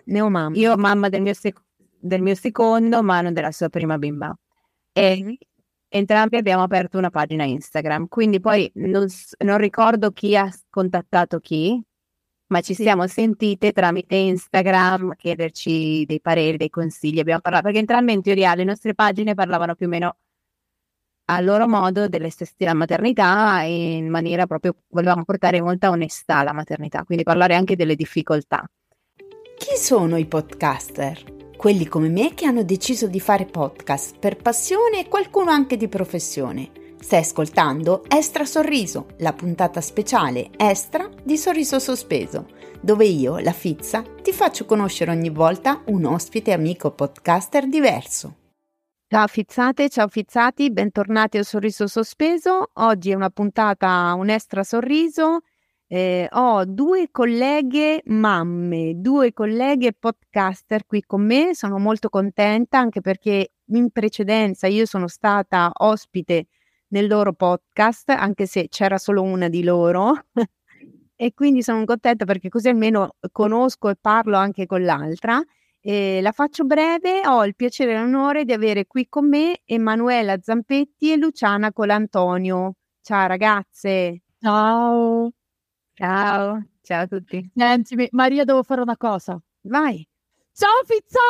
Neomam. Io mamma del mio secondo, Manu della sua prima bimba. E entrambi abbiamo aperto una pagina Instagram, quindi poi non ricordo chi ha contattato chi, ma ci siamo sentite tramite Instagram, chiederci dei pareri, dei consigli, abbiamo parlato, perché entrambe in teoria le nostre pagine parlavano più o meno a loro modo della maternità e in maniera proprio, volevamo portare molta onestà alla maternità, quindi parlare anche delle difficoltà. Chi sono i podcaster? Quelli come me che hanno deciso di fare podcast per passione e qualcuno anche di professione. Stai ascoltando Extra Sorriso, la puntata speciale extra di Sorriso Sospeso, dove io, la Fizza, ti faccio conoscere ogni volta un ospite amico podcaster diverso. Ciao fizzate, ciao fizzati, bentornati a Sorriso Sospeso. Oggi è una puntata, un extra sorriso. Ho due colleghe mamme, due colleghe podcaster qui con me. Sono molto contenta anche perché in precedenza io sono stata ospite nel loro podcast, anche se c'era solo una di loro. E quindi sono contenta perché così almeno conosco e parlo anche con l'altra. La faccio breve, ho il piacere e l'onore di avere qui con me Emanuela Zampetti e Luciana Colantonio. Ciao ragazze. Ciao. Ciao a tutti. Senti, Maria, devo fare una cosa. Vai. Ciao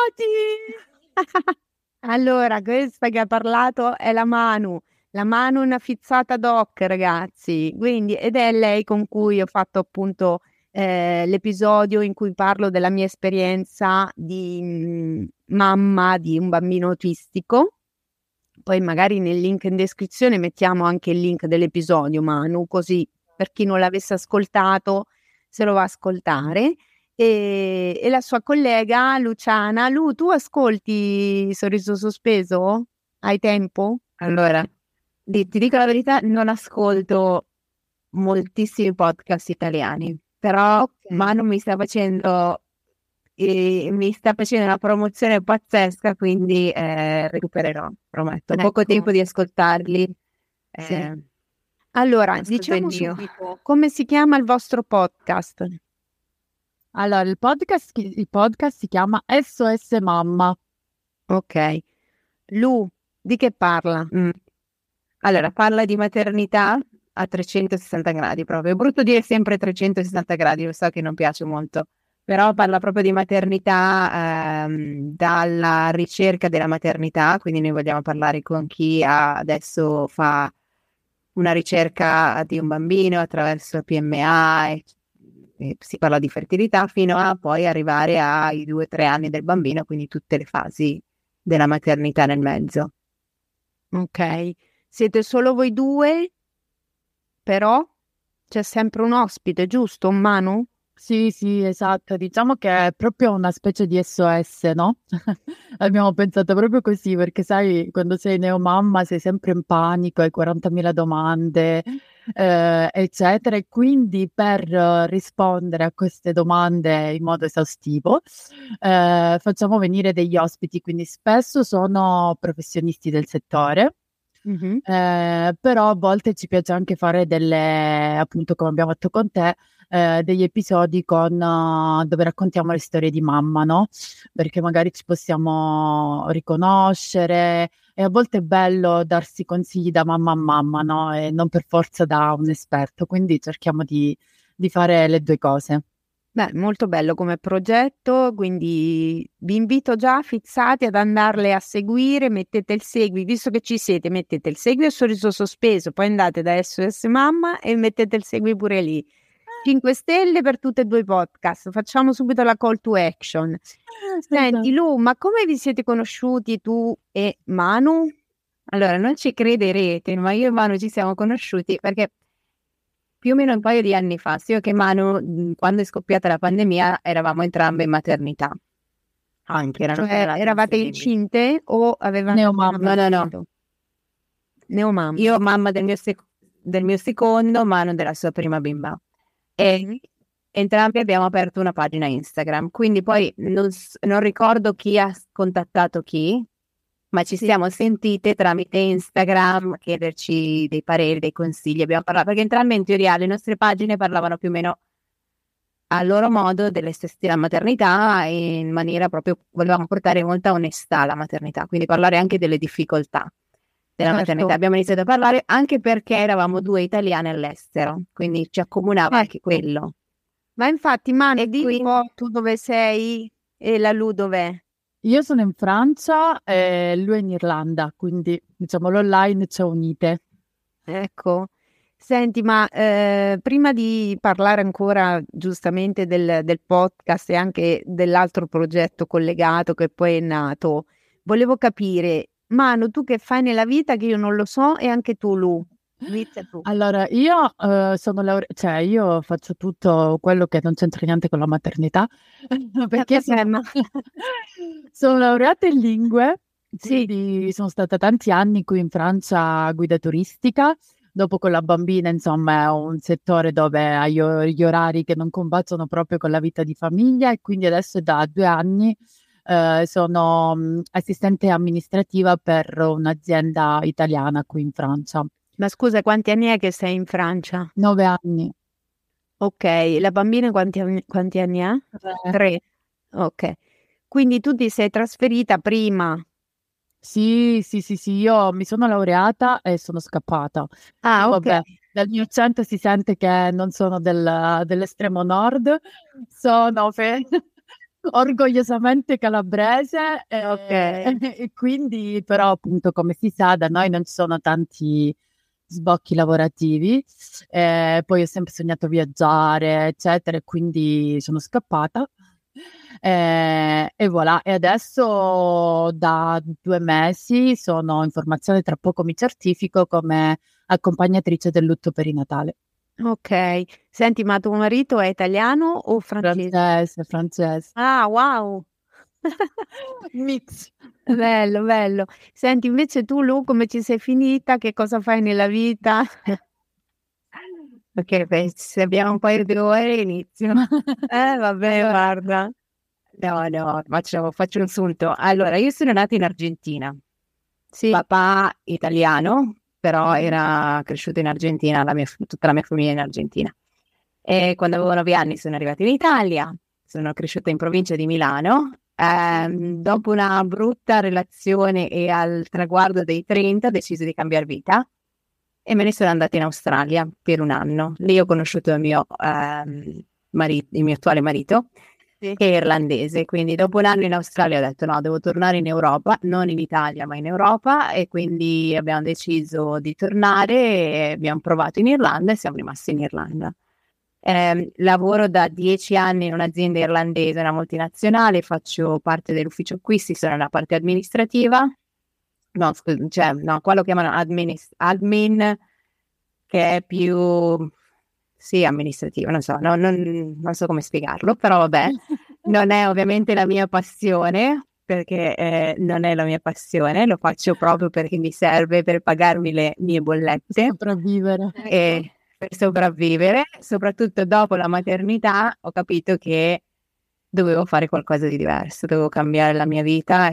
fizzati! Allora, questa che ha parlato è la Manu è una fizzata doc, ragazzi, quindi, ed è lei con cui ho fatto appunto l'episodio in cui parlo della mia esperienza di mamma di un bambino autistico. Poi magari nel link in descrizione mettiamo anche il link dell'episodio, Manu, così per chi non l'avesse ascoltato se lo va a ascoltare. E la sua collega Luciana. Lu, tu ascolti Sorriso Sospeso? Hai tempo? Allora, ti dico la verità, non ascolto moltissimi podcast italiani, però Manu mi sta facendo una promozione pazzesca, quindi recupererò, prometto. Ho poco tempo di ascoltarli. Sì. Allora, diciamo subito, come si chiama il vostro podcast? Allora, il podcast si chiama SOS Mamma. Ok. Lu, di che parla? Allora, parla di maternità a 360 gradi proprio. È brutto dire sempre 360 gradi, lo so che non piace molto, però parla proprio di maternità dalla ricerca della maternità, quindi noi vogliamo parlare con chi adesso fa una ricerca di un bambino attraverso PMA e si parla di fertilità fino a poi arrivare ai 2-3 anni del bambino, quindi tutte le fasi della maternità nel mezzo. Ok. Siete solo voi due? Però c'è sempre un ospite, giusto? Un Manu? Sì, esatto. Diciamo che è proprio una specie di SOS, no? Abbiamo pensato proprio così, perché sai, quando sei neomamma sei sempre in panico, hai 40.000 domande, eccetera. E quindi per rispondere a queste domande in modo esaustivo, facciamo venire degli ospiti, quindi spesso sono professionisti del settore. Però a volte ci piace anche fare appunto come abbiamo fatto con te, degli episodi dove raccontiamo le storie di mamma, no? Perché magari ci possiamo riconoscere e a volte è bello darsi consigli da mamma a mamma, no? E non per forza da un esperto, quindi cerchiamo di fare le due cose. Beh, molto bello come progetto, quindi vi invito già fizzati ad andarle a seguire, mettete il segui, visto che ci siete, mettete il segui a Sorriso Sospeso, poi andate da SOS Mamma e mettete il segui pure lì. 5 stelle per tutti e due i podcast, facciamo subito la call to action. Senti Lu, ma come vi siete conosciuti tu e Manu? Allora, non ci crederete, ma io e Manu ci siamo conosciuti perché più o meno un paio di anni fa, sia io che Manu, quando è scoppiata la pandemia, eravamo entrambe in maternità. Anche eravate incinte o avevate Neomamma? No. Neomamma. Io mamma del mio secondo, Manu della sua prima bimba. E entrambi abbiamo aperto una pagina Instagram, quindi poi non ricordo chi ha contattato chi, ma ci siamo sentite tramite Instagram, chiederci dei pareri, dei consigli, abbiamo parlato, perché entrambe in teoria le nostre pagine parlavano più o meno a loro modo della maternità, e in maniera proprio volevamo portare molta onestà alla maternità, quindi parlare anche delle difficoltà della maternità. Abbiamo iniziato a parlare anche perché eravamo 2 italiane all'estero, quindi ci accomunava anche quello. Ma infatti, Manu, E di un po' tu dove sei e la Lu dov'è? Io sono in Francia e lui è in Irlanda, quindi diciamo l'online ci ha unite. Ecco, senti, ma prima di parlare ancora giustamente del podcast e anche dell'altro progetto collegato che poi è nato, volevo capire, Manu, tu che fai nella vita che io non lo so e anche tu, Lu, inizia tu. Allora, io sono cioè io faccio tutto quello che non c'entra niente con la maternità, perché sono laureata in lingue, quindi sono stata tanti anni qui in Francia a guida turistica. Dopo con la bambina, insomma, è un settore dove hai gli orari che non combaciano proprio con la vita di famiglia, e quindi adesso da 2 anni sono assistente amministrativa per un'azienda italiana qui in Francia. Ma scusa, quanti anni è che sei in Francia? 9 anni. Ok, la bambina quanti anni ha? 3. Ok, quindi tu ti sei trasferita prima. Sì, io mi sono laureata e sono scappata. Ah, ok. Vabbè, dal mio accento si sente che non sono dell'estremo nord, sono orgogliosamente calabrese, e quindi però appunto come si sa da noi non ci sono tanti sbocchi lavorativi, poi ho sempre sognato viaggiare eccetera, e quindi sono scappata. E voilà, e adesso da 2 mesi sono in formazione, tra poco mi certifico come accompagnatrice del lutto perinatale. Ok, senti, ma tuo marito è italiano o francese? Francese. Ah, wow! Mix. Bello, bello. Senti, invece tu, Lu, come ci sei finita? Che cosa fai nella vita? Ok, se abbiamo un paio di ore inizio. Vabbè, guarda. No, faccio un sunto. Allora, io sono nata in Argentina. Sì. Papà italiano, però era cresciuto in Argentina, tutta la mia famiglia è in Argentina. E quando avevo 9 anni sono arrivata in Italia, sono cresciuta in provincia di Milano. Dopo una brutta relazione e al traguardo dei 30 ho deciso di cambiare vita e me ne sono andata in Australia per 1 anno. Lì ho conosciuto il mio attuale marito, che è irlandese, quindi dopo 1 anno in Australia ho detto no, devo tornare in Europa, non in Italia ma in Europa, e quindi abbiamo deciso di tornare e abbiamo provato in Irlanda e siamo rimasti in Irlanda. Lavoro da 10 anni in un'azienda irlandese, una multinazionale, faccio parte dell'ufficio acquisti, sono nella parte amministrativa. No, qua lo chiamano admin, che è più amministrativo, non so, non so come spiegarlo, però vabbè, non è ovviamente la mia passione, perché non è la mia passione, lo faccio proprio perché mi serve per pagarmi le mie bollette. Per sopravvivere, soprattutto dopo la maternità, ho capito che dovevo fare qualcosa di diverso, dovevo cambiare la mia vita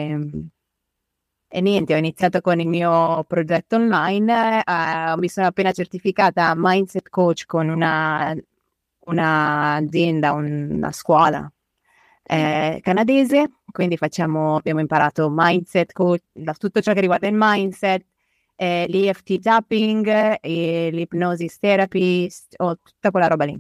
e niente, ho iniziato con il mio progetto online, mi sono appena certificata Mindset Coach con un'azienda, una scuola canadese, quindi abbiamo imparato Mindset Coach, tutto ciò che riguarda il mindset, l'EFT tapping, l'hypnosis therapy, tutta quella roba lì.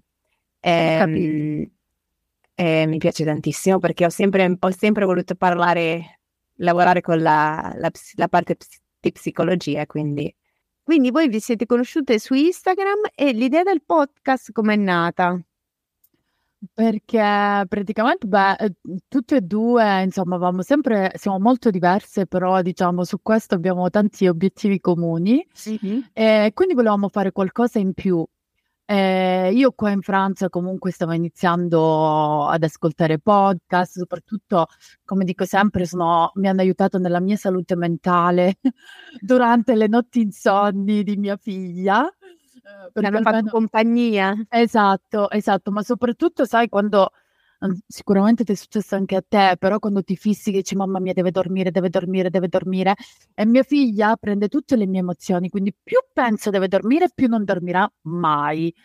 Mi piace tantissimo perché ho sempre voluto lavorare con la parte di psicologia, quindi voi vi siete conosciute su Instagram, e l'idea del podcast com'è nata? Perché praticamente tutte e due, insomma, siamo molto diverse, però diciamo su questo abbiamo tanti obiettivi comuni, e quindi volevamo fare qualcosa in più. Io qua in Francia comunque stavo iniziando ad ascoltare podcast, soprattutto, come dico sempre, mi hanno aiutato nella mia salute mentale durante le notti insonni di mia figlia. Hanno fatto compagnia. Esatto, ma soprattutto sai quando, sicuramente ti è successo anche a te, però quando ti fissi che dici mamma mia deve dormire, e mia figlia prende tutte le mie emozioni, quindi più penso deve dormire più non dormirà mai.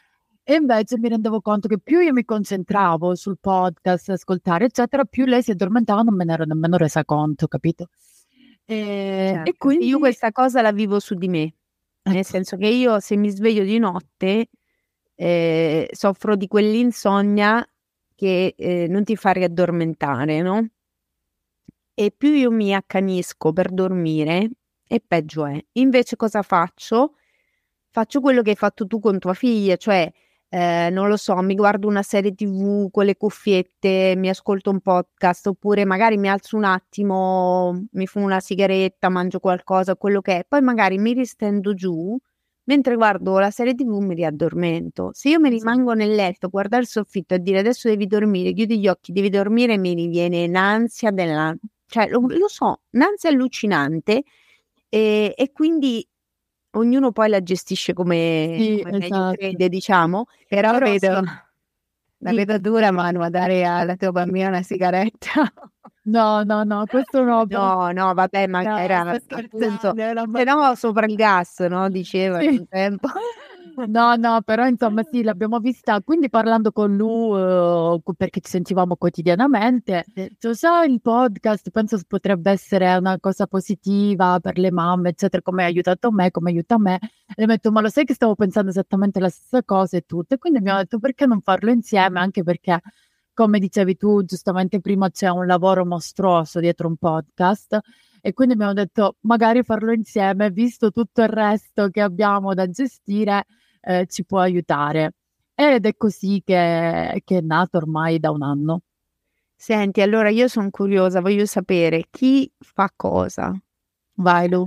E invece mi rendevo conto che più io mi concentravo sul podcast, ascoltare, eccetera, più lei si addormentava, non me ne ero nemmeno resa conto, capito? E Certo. quindi, Io questa cosa la vivo su di me, nel ecco, senso che io se mi sveglio di notte soffro di quell'insonnia che non ti fa riaddormentare, no? E più io mi accanisco per dormire e peggio è. Invece cosa faccio? Faccio quello che hai fatto tu con tua figlia, cioè non lo so, mi guardo una serie TV con le cuffiette, mi ascolto un podcast, oppure magari mi alzo un attimo, mi fumo una sigaretta, mangio qualcosa, quello che è, poi magari mi ristendo giù, mentre guardo la serie TV mi riaddormento. Se io mi rimango nel letto, a guardare il soffitto e dire adesso devi dormire, chiudi gli occhi, devi dormire, mi viene un'ansia della... cioè lo so, un'ansia allucinante e quindi ognuno poi la gestisce sì, come meglio esatto. crede, diciamo. Però Però vedo, sì, la vedo dura, Manu, a dare alla tua bambina una sigaretta. No, no, no, questo no, no, vabbè, ma no, era sto appunto, scherzando, era se no sopra il gas, no? Diceva sì. un tempo. No, no, però insomma sì, l'abbiamo vista, quindi parlando con lui, perché ci sentivamo quotidianamente, cioè, sai, il podcast penso potrebbe essere una cosa positiva per le mamme, eccetera, come ha aiutato me, come aiuta me. E le metto, ma lo sai che stavo pensando esattamente la stessa cosa e tutto. E quindi abbiamo detto, perché non farlo insieme? Anche perché, come dicevi tu, giustamente prima c'è un lavoro mostruoso dietro un podcast. E quindi abbiamo detto, magari farlo insieme, visto tutto il resto che abbiamo da gestire, ci può aiutare. Ed è così che è nato ormai da un anno. Senti, allora io sono curiosa, voglio sapere chi fa cosa. Vai Lu.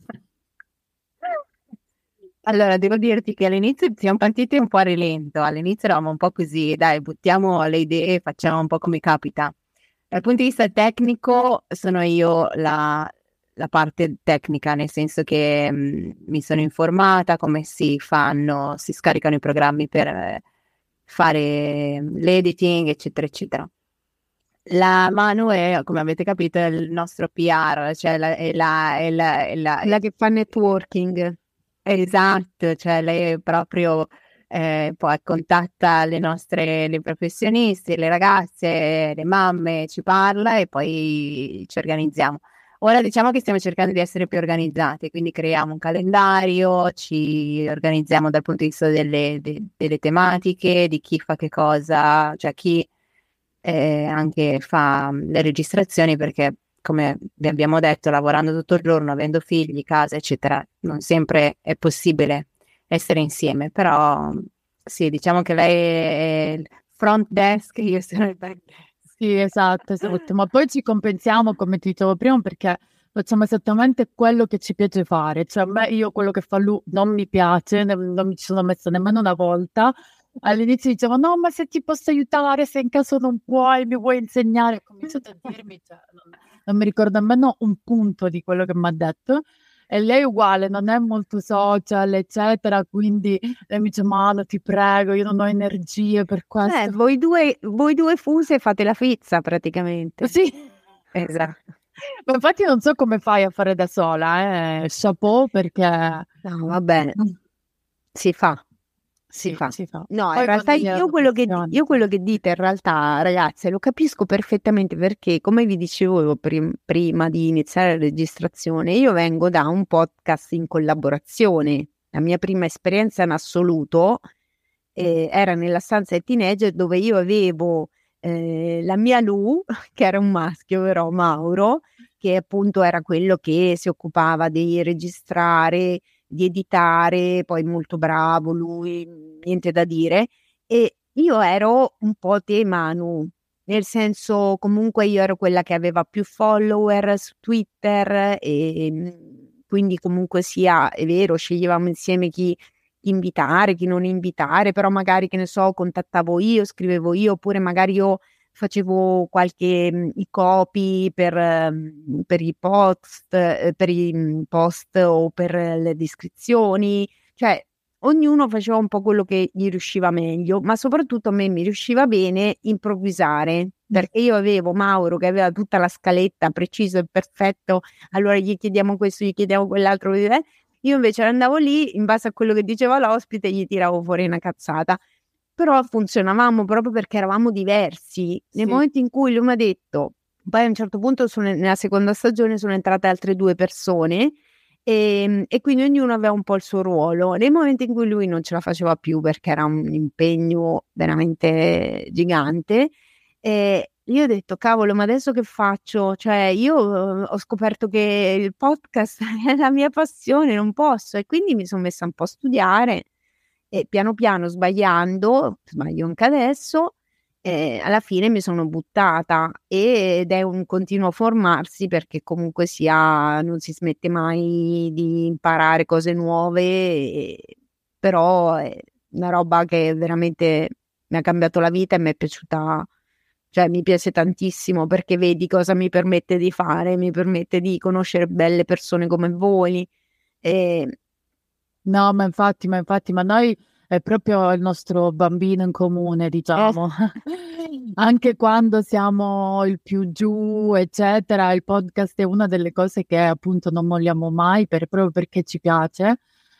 Allora, devo dirti che all'inizio siamo partiti un po' a rilento, all'inizio eravamo un po' così, dai, buttiamo le idee, facciamo un po' come capita. Dal punto di vista tecnico sono io la parte tecnica, nel senso che mi sono informata come si fanno, si scaricano i programmi per fare l'editing, eccetera, eccetera. La Manu è, come avete capito, è il nostro PR, cioè Quella che fa networking. esatto, cioè lei proprio poi contatta le professionisti, le ragazze, le mamme, ci parla e poi ci organizziamo. Ora diciamo che stiamo cercando di essere più organizzati, quindi creiamo un calendario, ci organizziamo dal punto di vista delle tematiche, di chi fa che cosa, cioè chi anche fa le registrazioni perché come vi abbiamo detto, lavorando tutto il giorno, avendo figli, casa, eccetera, non sempre è possibile essere insieme, però sì, diciamo che lei è il front desk, io sono il back desk. Sì, esatto, esatto. Ma poi ci compensiamo, come ti dicevo prima, perché facciamo esattamente quello che ci piace fare. Cioè, a me, io quello che fa lui non mi piace, non mi ci sono messa nemmeno una volta. All'inizio dicevo, no, ma se ti posso aiutare, se in caso non puoi, mi vuoi insegnare. Ho cominciato a dirmi, cioè, non mi ricordo nemmeno un punto di quello che mi ha detto. E lei è uguale, non è molto social, eccetera, quindi lei mi dice, Mano, ti prego, io non ho energie per questo. Voi due fuse fate la fizza praticamente. Sì, Esatto. ma infatti non so come fai a fare da sola, chapeau perché No, va bene, si fa. Si sì, fa. si fa. No, in Poi realtà quando io glielo funziona. quello che dite in realtà, ragazze, lo capisco perfettamente perché, come vi dicevo io prima di iniziare la registrazione, io vengo da un podcast in collaborazione. La mia prima esperienza in assoluto era nella stanza dei teenager dove io avevo la mia Lu, che era un maschio però, Mauro, che appunto era quello che si occupava di registrare, di editare, poi molto bravo lui, niente da dire. E io ero un po' te Manu, nel senso comunque io ero quella che aveva più follower su Twitter e quindi comunque sia, è vero, sceglievamo insieme chi invitare, chi non invitare, però magari che ne so, contattavo io, scrivevo io, oppure magari io facevo qualche i copy per i post, per i post o per le descrizioni, cioè ognuno faceva un po' quello che gli riusciva meglio, ma soprattutto a me mi riusciva bene improvvisare, perché io avevo Mauro che aveva tutta la scaletta preciso e perfetto, allora gli chiediamo questo, gli chiediamo quell'altro, io invece andavo lì in base a quello che diceva l'ospite gli tiravo fuori una cazzata. però funzionavamo proprio perché eravamo diversi. Nel momento in cui lui mi ha detto, poi a un certo punto nella seconda stagione sono entrate altre 2 persone e quindi ognuno aveva un po' il suo ruolo. Nel momento in cui lui non ce la faceva più perché era un impegno veramente gigante, io ho detto: "Cavolo, ma adesso che faccio?" Cioè io ho scoperto che il podcast è la mia passione, non posso. E quindi mi son messa un po' a studiare e piano piano sbaglio anche adesso, alla fine mi sono buttata ed è un continuo formarsi perché comunque sia non si smette mai di imparare cose nuove, però è una roba che veramente mi ha cambiato la vita e m'è piaciuta, cioè mi piace tantissimo perché vedi cosa mi permette di fare, mi permette di conoscere belle persone come voi. ehm No, ma noi è proprio il nostro bambino in comune, eh diciamo. Anche quando siamo il più giù, eccetera, il podcast è una delle cose che appunto non molliamo mai proprio perché ci piace.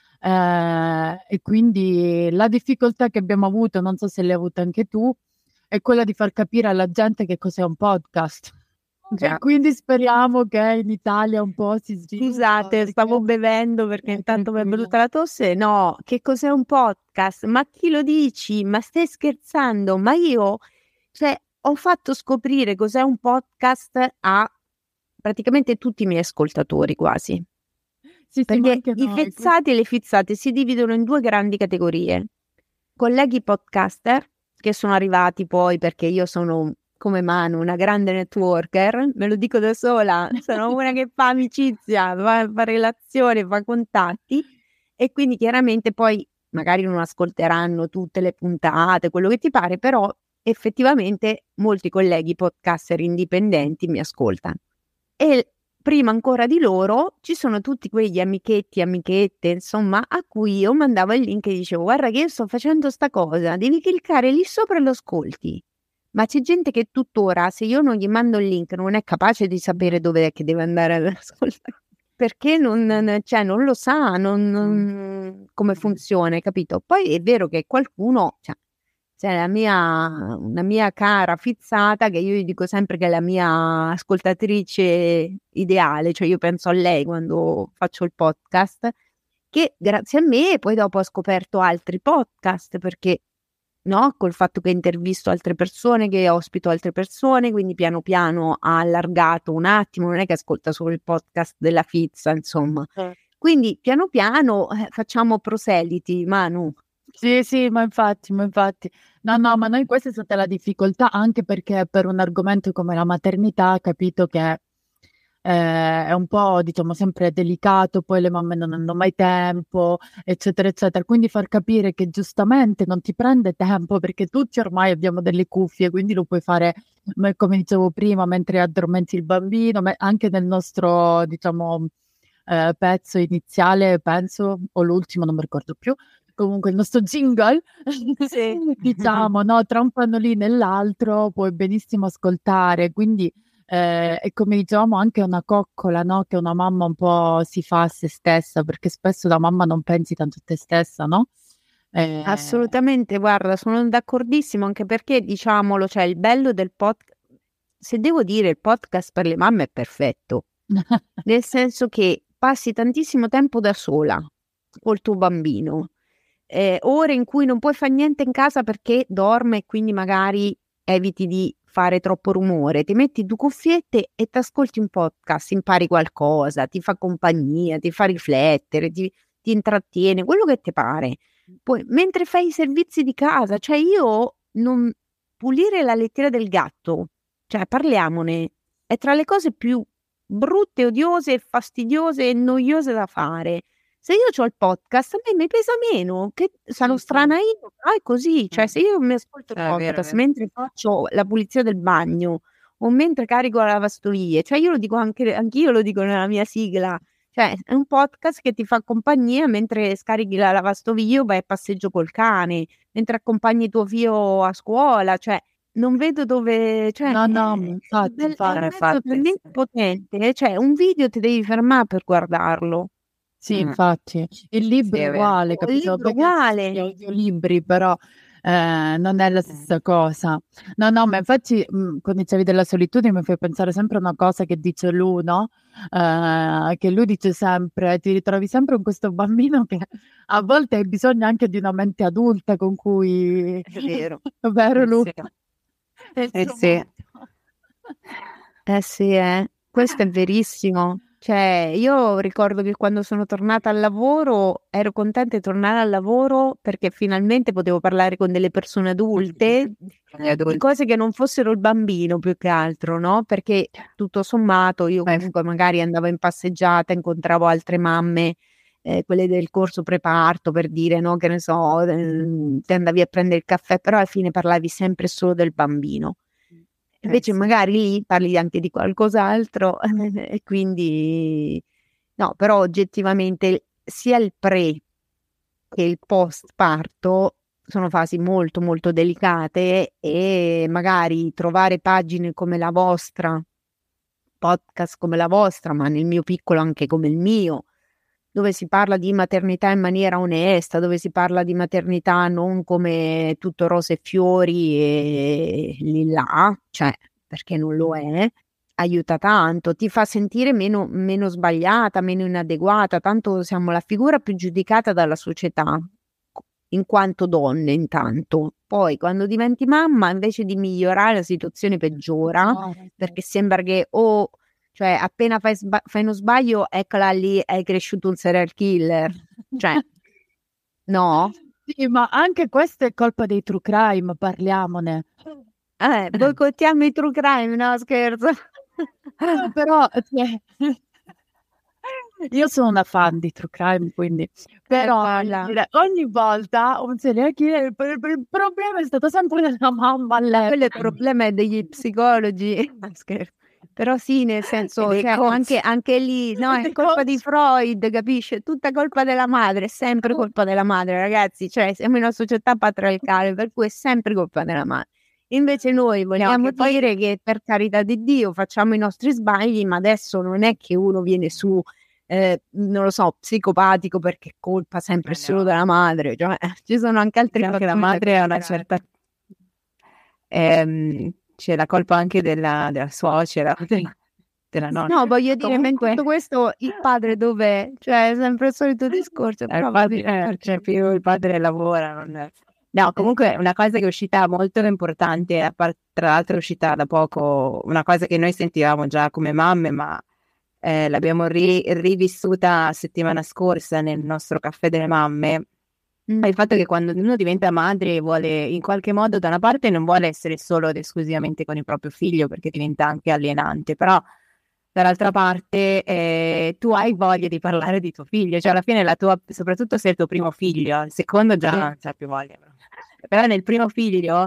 E quindi la difficoltà che abbiamo avuto, non so se l'hai avuta anche tu, è quella di far capire alla gente che cos'è un podcast. E Già. quindi speriamo che in Italia un po' si sviluppa Scusate, stavo perché bevendo perché intanto mi è tranquilla. venuta la tosse. No, che cos'è un podcast? Ma chi lo dici? Ma stai scherzando? Ma io, cioè, ho fatto scoprire cos'è un podcast a praticamente tutti i miei ascoltatori quasi. Sì, sì, ma Perché anche i noi. fezzati e le fizzate si dividono in 2 grandi categorie. Colleghi podcaster, che sono arrivati poi perché io sono come Manu, una grande networker, me lo dico da sola, sono una che fa amicizia, fa relazione, fa contatti e quindi chiaramente poi magari non ascolteranno tutte le puntate, quello che ti pare, però effettivamente molti colleghi podcaster indipendenti mi ascoltano. E prima ancora di loro ci sono tutti quegli amichetti, amichette, insomma, a cui io mandavo il link e dicevo: "Guarda che io sto facendo sta cosa, devi cliccare lì sopra e lo ascolti". Ma c'è gente che tuttora, se io non gli mando il link, non è capace di sapere dov'è che deve andare ad ascoltare, perché cioè non lo sa, non come funziona, hai capito? Poi è vero che qualcuno, cioè c'è una mia cara fizzata che io gli dico sempre che è la mia ascoltatrice ideale, cioè io penso a lei quando faccio il podcast, che grazie a me poi dopo ha scoperto altri podcast perché, no, col fatto che intervisto altre persone, che ospito altre persone, quindi piano piano ha allargato un attimo, non è che ascolta solo il podcast della Fizza, insomma. Quindi piano piano, facciamo proseliti, Manu. Sì, sì, ma infatti, ma infatti. No, no, ma noi questa è stata la difficoltà anche perché per un argomento come la maternità, capito che è un po', diciamo, sempre delicato, poi le mamme non hanno mai tempo, eccetera, eccetera. Quindi far capire che giustamente non ti prende tempo perché tutti ormai abbiamo delle cuffie, quindi lo puoi fare, come dicevo prima, mentre addormenti il bambino, anche nel nostro, diciamo, pezzo iniziale, penso, o l'ultimo, non mi ricordo più. Comunque il nostro jingle, Sì. diciamo, no, tra un pannolino e l'altro puoi benissimo ascoltare, quindi e come dicevamo anche una coccola, no? Che una mamma un po' si fa a se stessa, perché spesso da mamma non pensi tanto a te stessa, no? Eh, Assolutamente, guarda, sono d'accordissimo anche perché diciamolo, cioè il bello del podcast, se devo dire il podcast per le mamme è perfetto, nel senso che passi tantissimo tempo da sola col tuo bambino, ore in cui non puoi fare niente in casa perché dorme e quindi magari eviti di fare troppo rumore, ti metti 2 cuffiette e t'ascolti un podcast, impari qualcosa, ti fa compagnia, ti fa riflettere, ti intrattiene, quello che te pare. Poi mentre fai i servizi di casa, cioè io non pulire la lettiera del gatto, cioè parliamone, è tra le cose più brutte, odiose, fastidiose e noiose da fare. Se io c'ho il podcast a me mi pesa meno, che sarò sì, sì. strana io, però è così, cioè se io mi ascolto il È vero, è podcast vero. mentre faccio la pulizia del bagno o mentre carico la lavastoviglie, cioè io lo dico anch'io lo dico nella mia sigla, cioè è un podcast che ti fa compagnia mentre scarichi la lavastoviglie o vai a passeggio col cane, mentre accompagni tuo figlio a scuola, cioè non vedo dove, cioè No, no, è infatti, un infatti. mezzo talmente potente, cioè un video ti devi fermà per guardarlo. Sì, infatti. Il libro Sì, è è vero. uguale, Il capito? libro Vabbè che esistono gli uguale. audiolibri, però non è la stessa cosa. No, ma infatti quando dicevi della solitudine mi fai pensare sempre a una cosa che dice lui, no? Che lui dice sempre, ti ritrovi sempre con questo bambino che a volte hai bisogno anche di una mente adulta con cui... È vero. Vero Lu? Sì. È il suo Sì. mondo. Sì, questo è verissimo. Cioè, io ricordo che quando sono tornata al lavoro ero contenta di tornare al lavoro perché finalmente potevo parlare con delle persone adulte di cose che non fossero il bambino più che altro, no? Perché tutto sommato io comunque magari andavo in passeggiata, incontravo altre mamme, quelle del corso preparto per dire, no, che ne so, ti andavi a prendere il caffè, però alla fine parlavi sempre solo del bambino. Invece sì. magari lì parli anche di qualcos'altro e quindi no, però oggettivamente sia il pre che il post parto sono fasi molto molto delicate e magari trovare pagine come la vostra, podcast come la vostra, ma nel mio piccolo anche come il mio, dove si parla di maternità in maniera onesta, dove si parla di maternità non come tutto rose e fiori e lì là, cioè perché non lo è, aiuta tanto, ti fa sentire meno sbagliata, meno inadeguata, tanto siamo la figura più giudicata dalla società, in quanto donne intanto. Poi quando diventi mamma, invece di migliorare la situazione peggiora, perché sembra che cioè appena fai uno sbaglio, eccola lì, hai cresciuto un serial killer. Cioè, no? Sì, ma anche questa è colpa dei true crime, parliamone. Boicottiamo i true crime, no scherzo. No, però cioè, io sono una fan di true crime, quindi però ogni volta un serial killer, il problema è stato sempre della mamma all'epoca. Quello è il problema è degli psicologi. Scherzo. Però sì, nel senso, cioè, anche lì, no, è colpa di Freud, capisce? Tutta colpa della madre, è sempre colpa della madre, ragazzi. Cioè, siamo in una società patriarcale, per cui è sempre colpa della madre. Invece noi vogliamo dire che per carità di Dio facciamo i nostri sbagli, ma adesso non è che uno viene su, non lo so, psicopatico perché è colpa sempre solo della madre. Cioè, ci sono anche altri Anche la madre ha una certa... c'è la colpa anche della suocera, della nonna. No, voglio dire, ma in tutto questo il padre dov'è? Cioè, è sempre il solito discorso. C'è più il padre lavora. Non è... No, comunque una cosa che è uscita molto importante, tra l'altro è uscita da poco, una cosa che noi sentivamo già come mamme, ma l'abbiamo rivissuta settimana scorsa nel nostro caffè delle mamme, è il fatto che quando uno diventa madre vuole in qualche modo, da una parte non vuole essere solo ed esclusivamente con il proprio figlio perché diventa anche alienante, però dall'altra parte tu hai voglia di parlare di tuo figlio, cioè alla fine la tua, soprattutto se è il tuo primo figlio, il secondo già non c'è più voglia, però nel primo figlio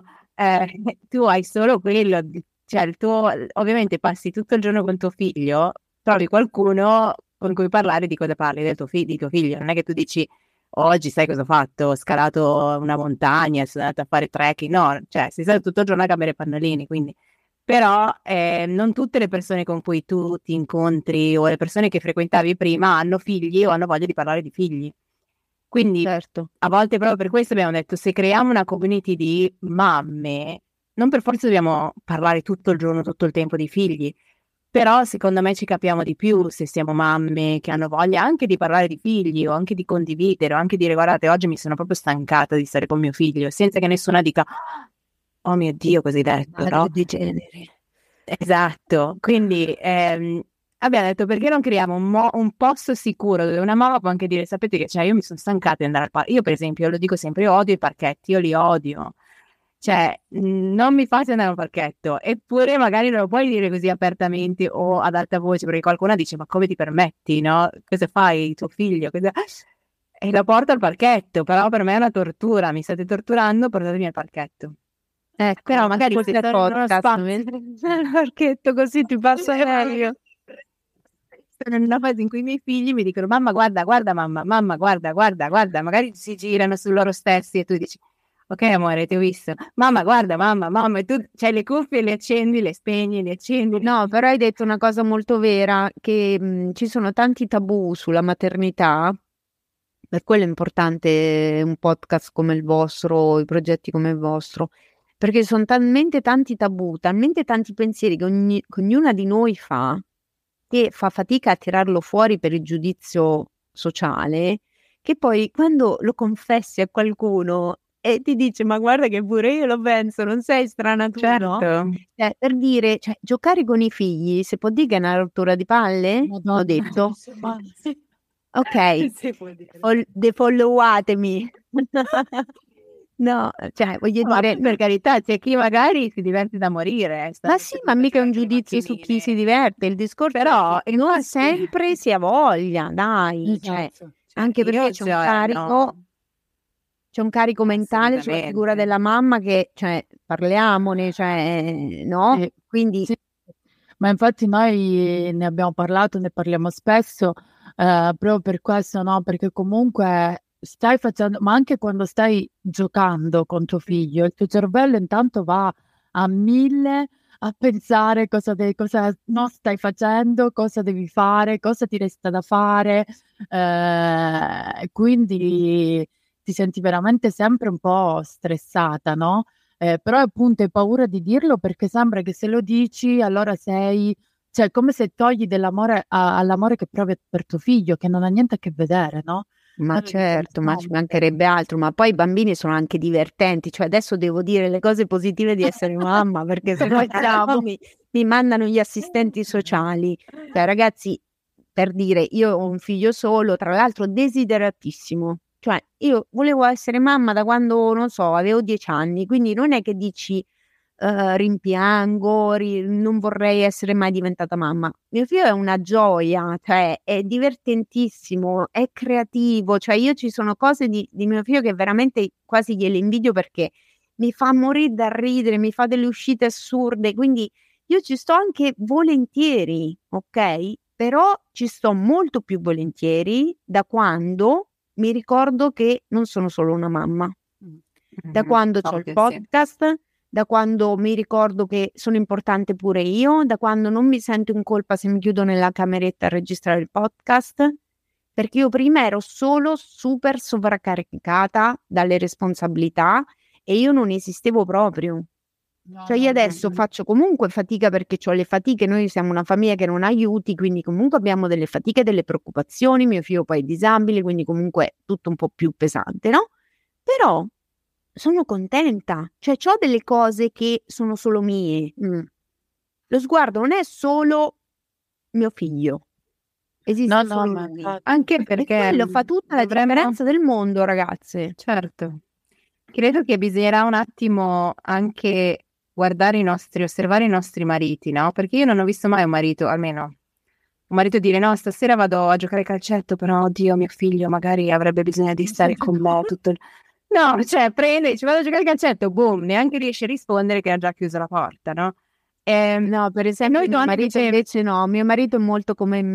tu hai solo quello, cioè il tuo, ovviamente passi tutto il giorno con tuo figlio, trovi qualcuno con cui parlare di cosa parli del di tuo figlio, non è che tu dici oggi sai cosa ho fatto? Ho scalato una montagna, sono andata a fare trekking. No, cioè sei stato tutto il giorno a cambiare pannolini, quindi. Però non tutte le persone con cui tu ti incontri o le persone che frequentavi prima hanno figli o hanno voglia di parlare di figli. Quindi certo, a volte proprio per questo abbiamo detto se creiamo una community di mamme, non per forza dobbiamo parlare tutto il giorno, tutto il tempo di figli. Però secondo me ci capiamo di più se siamo mamme che hanno voglia anche di parlare di figli o anche di condividere o anche dire guardate oggi mi sono proprio stancata di stare con mio figlio senza che nessuna dica oh mio Dio cosa hai detto, no? di genere. Esatto, quindi abbiamo detto perché non creiamo un posto sicuro dove una mamma può anche dire sapete che cioè, io mi sono stancata di andare al parco, io per esempio lo dico sempre io odio i parchetti, io li odio. Cioè, non mi fate andare a un parchetto, eppure magari non lo puoi dire così apertamente o ad alta voce, perché qualcuno dice, ma come ti permetti, no? Cosa fai, tuo figlio? E lo porto al parchetto, però per me è una tortura, mi state torturando, portatemi al parchetto. Però magari se sono in uno spazio, al parchetto, così ti passa meglio. Sono in una fase in cui i miei figli mi dicono, mamma guarda mamma guarda, magari si girano su loro stessi e tu dici, ok amore, ti ho visto. Mamma, guarda, mamma, e tu c'hai le cuffie, le accendi, le spegni, le accendi. No, però hai detto una cosa molto vera, che ci sono tanti tabù sulla maternità Per quello è importante un podcast come il vostro, i progetti come il vostro, perché sono talmente tanti tabù, talmente tanti pensieri che ognuna di noi fa, che fa fatica a tirarlo fuori per il giudizio sociale, che poi quando lo confessi a qualcuno e ti dice ma guarda che pure io lo penso, non sei strana tu, no? Certo. Per dire, cioè, giocare con i figli, se può dire che è una rottura di palle? L'ho Madonna. detto? Ma sì. Ok, Si può dire. defollowatemi. No, cioè voglio Ma dire, per carità, c'è chi magari si diverte da morire. ma sì, ma mica è un giudizio su chi si diverte, il discorso però non sempre si ha voglia, dai, cioè, Esatto. anche perché c'è un carico mentale sulla figura Assolutamente. della mamma che, cioè, parliamone, cioè, no? Sì, Quindi, sì. Ma infatti noi ne abbiamo parlato, ne parliamo spesso, proprio per questo, no? Perché comunque stai facendo, ma anche quando stai giocando con tuo figlio, il tuo cervello intanto va a 1000 a pensare cosa non stai facendo, cosa devi fare, cosa ti resta da fare, quindi ti senti veramente sempre un po' stressata, no? Però appunto hai paura di dirlo perché sembra che se lo dici allora cioè come se togli dell'amore all'amore che provi per tuo figlio, che non ha niente a che vedere, no? ma Noi lo certo, ma ci diciamo. mancherebbe altro, ma poi i bambini sono anche divertenti, cioè adesso devo dire le cose positive di essere mamma, perché se no Facciamo. mi mandano gli assistenti sociali. Cioè, ragazzi, per dire, io ho un figlio solo, tra l'altro desideratissimo. Cioè, io volevo essere mamma da quando, non so, avevo 10 anni, quindi non è che dici rimpiango, non vorrei essere mai diventata mamma. Mio figlio è una gioia, cioè è divertentissimo, è creativo, cioè io ci sono cose di mio figlio che veramente quasi gliele invidio perché mi fa morire da ridere, mi fa delle uscite assurde, quindi io ci sto anche volentieri, ok? Però ci sto molto più volentieri da quando mi ricordo che non sono solo una mamma, da quando c'ho il podcast, da quando mi ricordo che sono importante pure io, da quando non mi sento in colpa se mi chiudo nella cameretta a registrare il podcast, perché io prima ero solo super sovraccaricata dalle responsabilità e io non esistevo proprio. No, Cioè io no, adesso faccio comunque fatica perché ho le fatiche, noi siamo una famiglia che non ha aiuti, quindi comunque abbiamo delle fatiche, delle preoccupazioni, mio figlio poi è disabile, quindi comunque è tutto un po' più pesante, no? Però sono contenta, cioè ho delle cose che sono solo mie. Lo sguardo non è solo mio figlio, esiste no, solo ma lui. infatti. Anche E perché quello fa tutta la dovremmo, differenza del mondo, ragazze. certo, credo che bisognerà un attimo anche osservare i nostri mariti, no? Perché io non ho visto mai un marito, almeno un marito dire no, stasera vado a giocare a calcetto, però oddio, mio figlio magari avrebbe bisogno di stare con me tutto il... No, cioè prende, ci vado a giocare a calcetto, boom, neanche riesce a rispondere che ha già chiuso la porta, no? No, per esempio, noi mio donne marito invece... invece no, mio marito è molto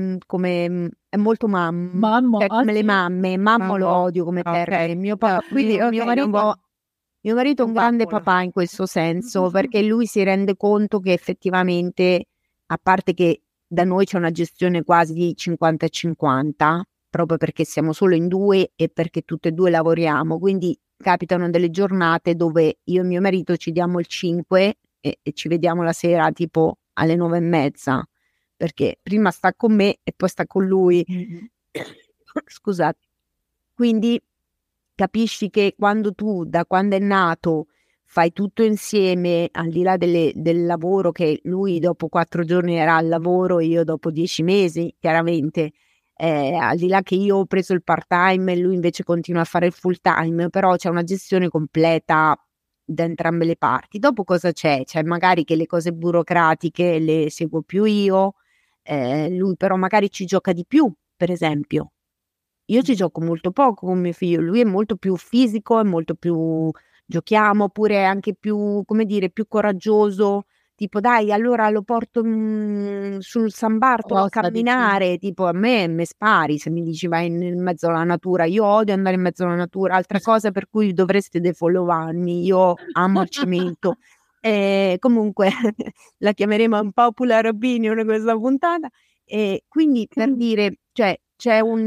è molto Mamma, cioè come le sì. mamme, mammo lo Mamma, odio come ok. termine, Quindi mio marito, mio marito è un grande papà in questo senso, perché lui si rende conto che effettivamente, a parte che da noi c'è una gestione quasi 50 e 50, proprio perché siamo solo in due e perché tutte e due lavoriamo, quindi capitano delle giornate dove io e mio marito ci diamo il 5 e ci vediamo la sera tipo alle 9:30, perché prima sta con me e poi sta con lui. Scusate. Quindi capisci che quando tu, da quando è nato, fai tutto insieme, al di là del lavoro, che lui dopo 4 giorni era al lavoro e io dopo 10 mesi, chiaramente, al di là che io ho preso il part-time e lui invece continua a fare il full-time, però c'è una gestione completa da entrambe le parti. Dopo cosa c'è? C'è magari che le cose burocratiche le seguo più io, lui però magari ci gioca di più, per esempio. Io ci gioco molto poco con mio figlio, lui è molto più fisico, è molto più giochiamo, oppure è anche più, come dire, più coraggioso, tipo dai, allora lo porto sul San Bartolo a Osa di più. camminare, tipo a me spari se mi dici vai in mezzo alla natura, io odio andare in mezzo alla natura, altra cosa per cui dovreste defollowarmi, io amo il cemento. Comunque la chiameremo un popular opinion questa puntata, e quindi per dire, cioè c'è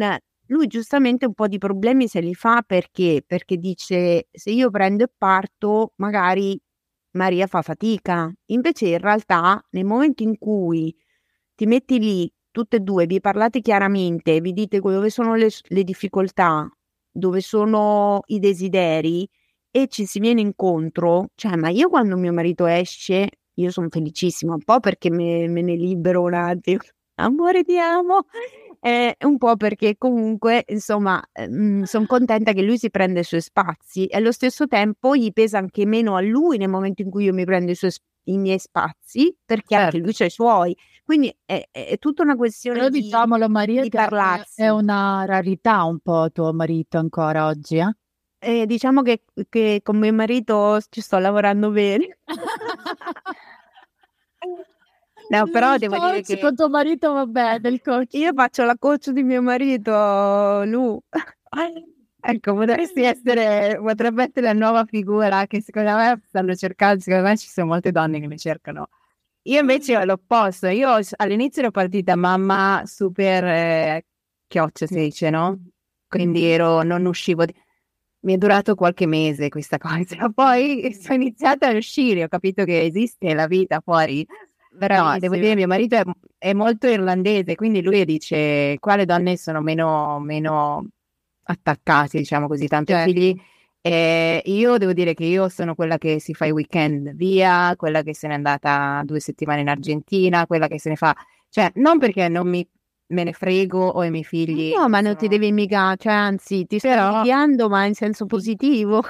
lui giustamente un po' di problemi se li fa perché dice se io prendo e parto magari Maria fa fatica. Invece in realtà nel momento in cui ti metti lì tutte e due, vi parlate chiaramente, vi dite dove sono le difficoltà, dove sono i desideri e ci si viene incontro, cioè ma io quando mio marito esce io sono felicissima, un po' perché me ne libero un attimo, amore ti amo, un po' perché comunque insomma sono contenta che lui si prende i suoi spazi e allo stesso tempo gli pesa anche meno a lui nel momento in cui io mi prendo i miei spazi, perché anche lui c'ha i suoi. Quindi è tutta una questione Però diciamolo Maria di che parlarsi. è una rarità un po' tuo marito ancora oggi, eh? Diciamo che con mio marito ci sto lavorando bene. No, però devo dire che con tuo marito va bene il coach. io faccio la coach di mio marito, Lu. Ecco, potrebbe essere la nuova figura che secondo me stanno cercando, secondo me ci sono molte donne che mi cercano. Io invece ho l'opposto, io all'inizio ero partita mamma super chioccia si dice, no? Quindi non uscivo, mi è durato qualche mese questa cosa, poi sono iniziata a uscire, ho capito che esiste la vita fuori. Però devo dire, mio marito è molto irlandese, quindi lui dice qua le donne sono meno attaccate, diciamo così, tanto ai figli. Io devo dire che io sono quella che si fa i weekend via, quella che se n'è andata 2 settimane in Argentina, quella che se ne fa, cioè non perché non me ne frego o i miei figli. No, ma non ti devi mica, cioè anzi ti sto invidiando, ma in senso positivo.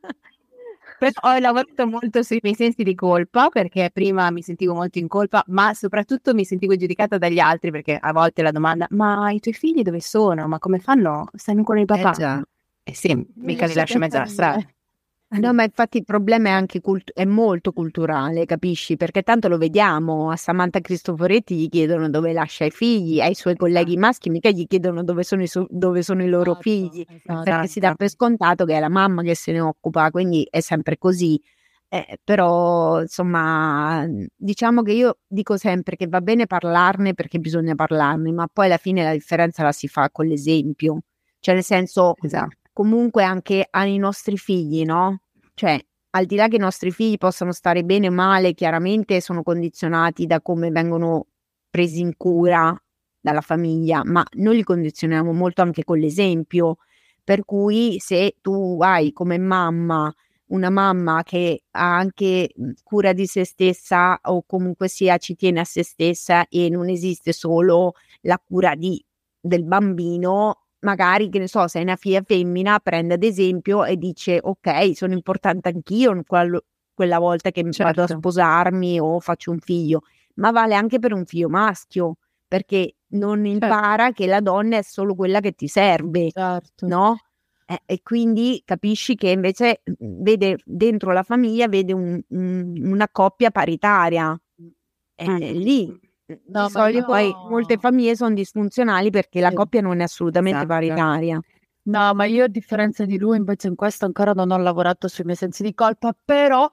Ho lavorato molto sui miei sensi di colpa, perché prima mi sentivo molto in colpa, ma soprattutto mi sentivo giudicata dagli altri, perché a volte la domanda, ma i tuoi figli dove sono? Ma come fanno? Stanno con il papà? Sì, mica li lascio in mezzo alla strada. No, ma infatti il problema è anche è molto culturale, capisci? Perché tanto lo vediamo, a Samantha Cristoforetti gli chiedono dove lascia i figli, ai suoi colleghi maschi mica gli chiedono dove sono i loro figli, perché si dà per scontato che è la mamma che se ne occupa, quindi è sempre così. Però insomma, diciamo che io dico sempre che va bene parlarne perché bisogna parlarne, ma poi alla fine la differenza la si fa con l'esempio, cioè nel senso comunque anche ai nostri figli, no? Cioè, al di là che i nostri figli possano stare bene o male, chiaramente sono condizionati da come vengono presi in cura dalla famiglia, ma noi li condizioniamo molto anche con l'esempio, per cui se tu hai come mamma una mamma che ha anche cura di se stessa o comunque sia ci tiene a se stessa e non esiste solo la cura del bambino, magari, che ne so, se è una figlia femmina, prende ad esempio e dice ok, sono importante anch'io quella volta che vado a sposarmi o faccio un figlio, ma vale anche per un figlio maschio, perché non impara che la donna è solo quella che ti serve, no? E quindi capisci che invece vede dentro la famiglia una coppia paritaria, lì. No, di solito poi molte famiglie sono disfunzionali perché la coppia non è assolutamente paritaria. No, ma io a differenza di lui invece in questo ancora non ho lavorato sui miei sensi di colpa, però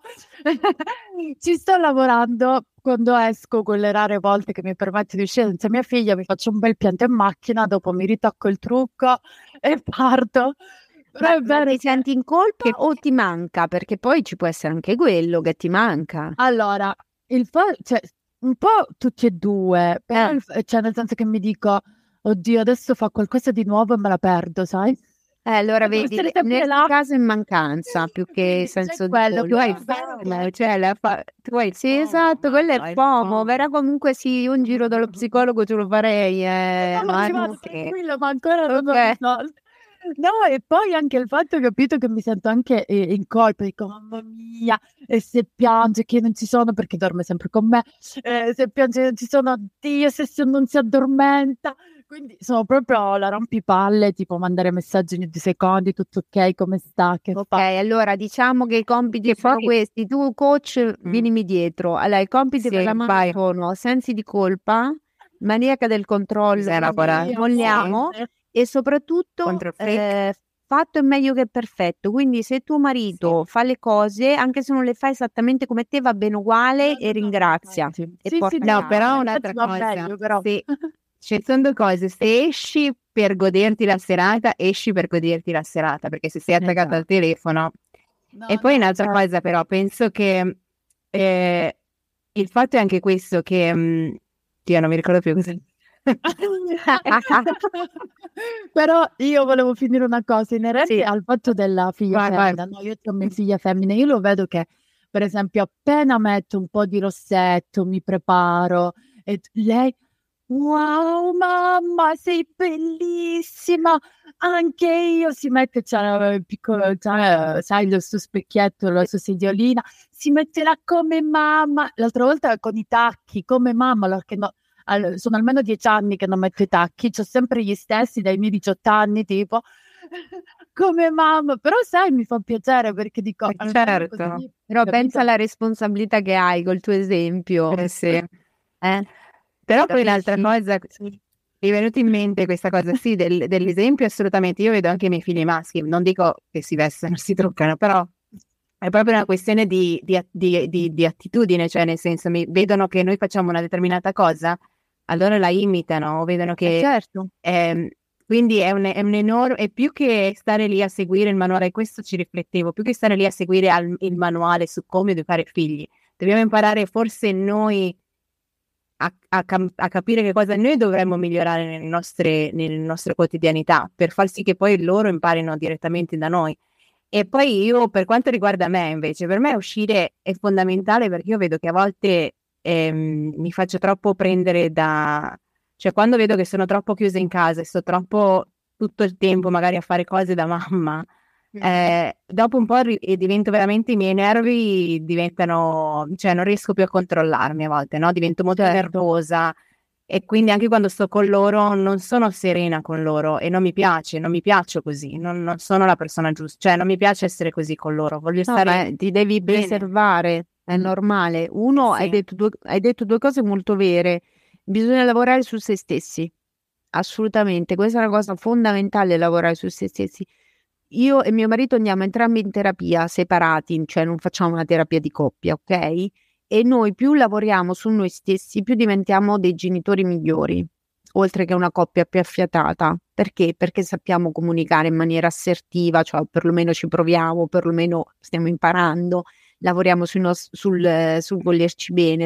ci sto lavorando quando esco quelle rare volte che mi permette di uscire senza mia figlia, mi faccio un bel pianto in macchina, dopo mi ritocco il trucco e parto. Però è vero, ti senti in colpa o ti manca? Perché poi ci può essere anche quello che ti manca. Allora, cioè, un po' tutti e due, però cioè nel senso che mi dico, oddio, adesso fa qualcosa di nuovo e me la perdo, sai? Allora vedi, nel caso è mancanza più che senso di colpa. Tu hai fame, sì, esatto, quello è FOMO, però comunque sì, un giro dallo psicologo ce lo farei. Tranquillo, ma ancora non ho risolto. No, e poi anche il fatto, capito, che mi sento anche in colpa, dico mamma mia, e se piange che non ci sono, perché dorme sempre con me, se piange che non ci sono, oddio, se non si addormenta, quindi sono proprio la rompipalle, tipo mandare messaggi ogni 2 secondi, tutto ok, come sta, che fa? Allora diciamo che i compiti sono questi, tu coach vienimi dietro, allora i compiti per la mamma sono sensi di colpa, maniaca del controllo, vogliamo, e soprattutto fatto è meglio che perfetto, quindi se tuo marito fa le cose anche se non le fa esattamente come te va bene uguale e ringrazia no, però un'altra cosa ci sono due cose: se esci per goderti la serata, esci per goderti la serata, perché se sei attaccato al telefono. E poi un'altra cosa, però, penso che il fatto è anche questo, che io non mi ricordo più cosa. Però io volevo finire una cosa inerente Sì. al fatto della figlia Vai. femmina. No, io ho mia figlia femmina, io lo vedo che, per esempio, appena metto un po' di rossetto, mi preparo, e lei, wow, mamma, sei bellissima! Anche io si mette, c'è il piccolo, sai, il suo specchietto, la sua sediolina, si metterà come mamma. L'altra volta con i tacchi, come mamma, perché no, sono almeno 10 anni che non metto i tacchi, c'ho sempre gli stessi dai miei 18 anni, tipo, come mamma. Però sai, mi fa piacere perché dico, certo, così, Però capito? pensa alla responsabilità che hai col tuo esempio. Sì. Però poi l'altra cosa, mi è venuta in mente questa cosa, sì, dell'esempio, assolutamente. Io vedo anche i miei figli maschi, non dico che si vestono, si truccano, però è proprio una questione di attitudine, cioè nel senso, vedono che noi facciamo una determinata cosa, allora la imitano, o vedono che Certo. quindi è un enorme, e più che stare lì a seguire il manuale, e questo ci riflettevo, più che stare lì a seguire il manuale su come educare i figli, dobbiamo imparare forse noi a capire che cosa noi dovremmo migliorare nelle nostre quotidianità, per far sì che poi loro imparino direttamente da noi. E poi io, per quanto riguarda me, invece, per me uscire è fondamentale, perché io vedo che a volte mi faccio troppo prendere cioè quando vedo che sono troppo chiusa in casa e sto troppo tutto il tempo magari a fare cose da mamma, dopo un po' divento veramente, i miei nervi diventano, cioè non riesco più a controllarmi a volte, no? Divento molto nervosa, e quindi anche quando sto con loro non sono serena con loro, e non mi piaccio così, non sono la persona giusta, cioè non mi piace essere così con loro, voglio stare Ti devi bene. preservare, è normale. Uno, Sì. hai detto due cose molto vere. Bisogna lavorare su se stessi, assolutamente. Questa è una cosa fondamentale, lavorare su se stessi. Io e mio marito andiamo entrambi in terapia separati, cioè non facciamo una terapia di coppia, ok? E noi più lavoriamo su noi stessi, più diventiamo dei genitori migliori, oltre che una coppia più affiatata. Perché? Perché sappiamo comunicare in maniera assertiva, cioè perlomeno ci proviamo, perlomeno stiamo imparando, lavoriamo sul volerci bene,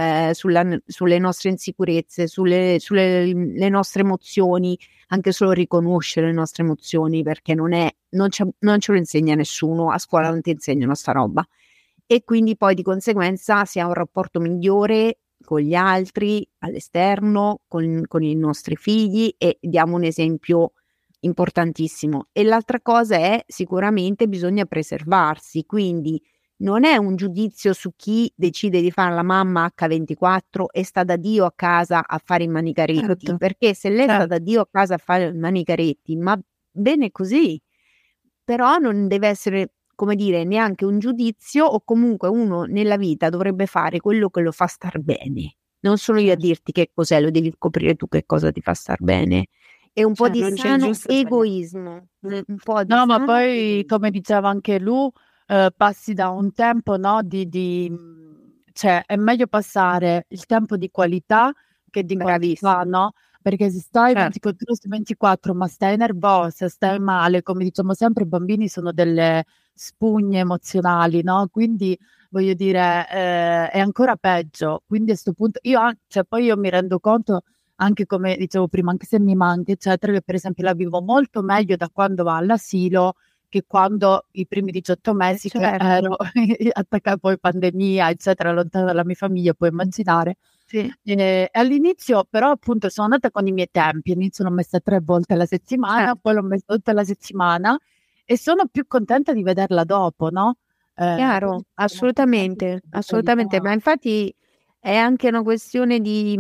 sulle nostre insicurezze, sulle le nostre emozioni, anche solo riconoscere le nostre emozioni, perché non ce lo insegna nessuno, a scuola non ti insegnano sta roba. E quindi poi di conseguenza si ha un rapporto migliore con gli altri, all'esterno, con i nostri figli, e diamo un esempio importantissimo. E l'altra cosa è, sicuramente bisogna preservarsi, quindi non è un giudizio su chi decide di fare la mamma H24 e sta da Dio a casa a fare i manicaretti, Certo. perché se lei sta da Dio a casa a fare i manicaretti, ma bene così, però non deve essere, come dire, neanche un giudizio, o comunque uno nella vita dovrebbe fare quello che lo fa star bene. Non sono io a dirti che cos'è, lo devi scoprire tu che cosa ti fa star bene. E un po' di non c'è sano giusto e sbagliato. egoismo. Un po' di No, ma sano poi, egoismo. come diceva anche lui, passi da un tempo, no, cioè è meglio passare il tempo di qualità che di quantità, Bravissimo. no? Perché se stai Certo. 24 ore su 24, ma stai nervosa, stai male, come diciamo sempre, i bambini sono delle spugne emozionali, no? Quindi voglio dire, è ancora peggio. Quindi a questo punto, cioè, poi io mi rendo conto, anche come dicevo prima, anche se mi manca, eccetera, che per esempio la vivo molto meglio da quando va all'asilo che quando i primi 18 mesi che Certo. ero attaccata, poi pandemia, eccetera, lontana dalla mia famiglia, puoi immaginare. Sì. All'inizio però appunto sono andata con i miei tempi, all'inizio l'ho messa 3 volte alla settimana, poi l'ho messa tutta la settimana, e sono più contenta di vederla dopo, no? Chiaro, Quindi sono assolutamente, di assolutamente, ma qualità. infatti è anche una questione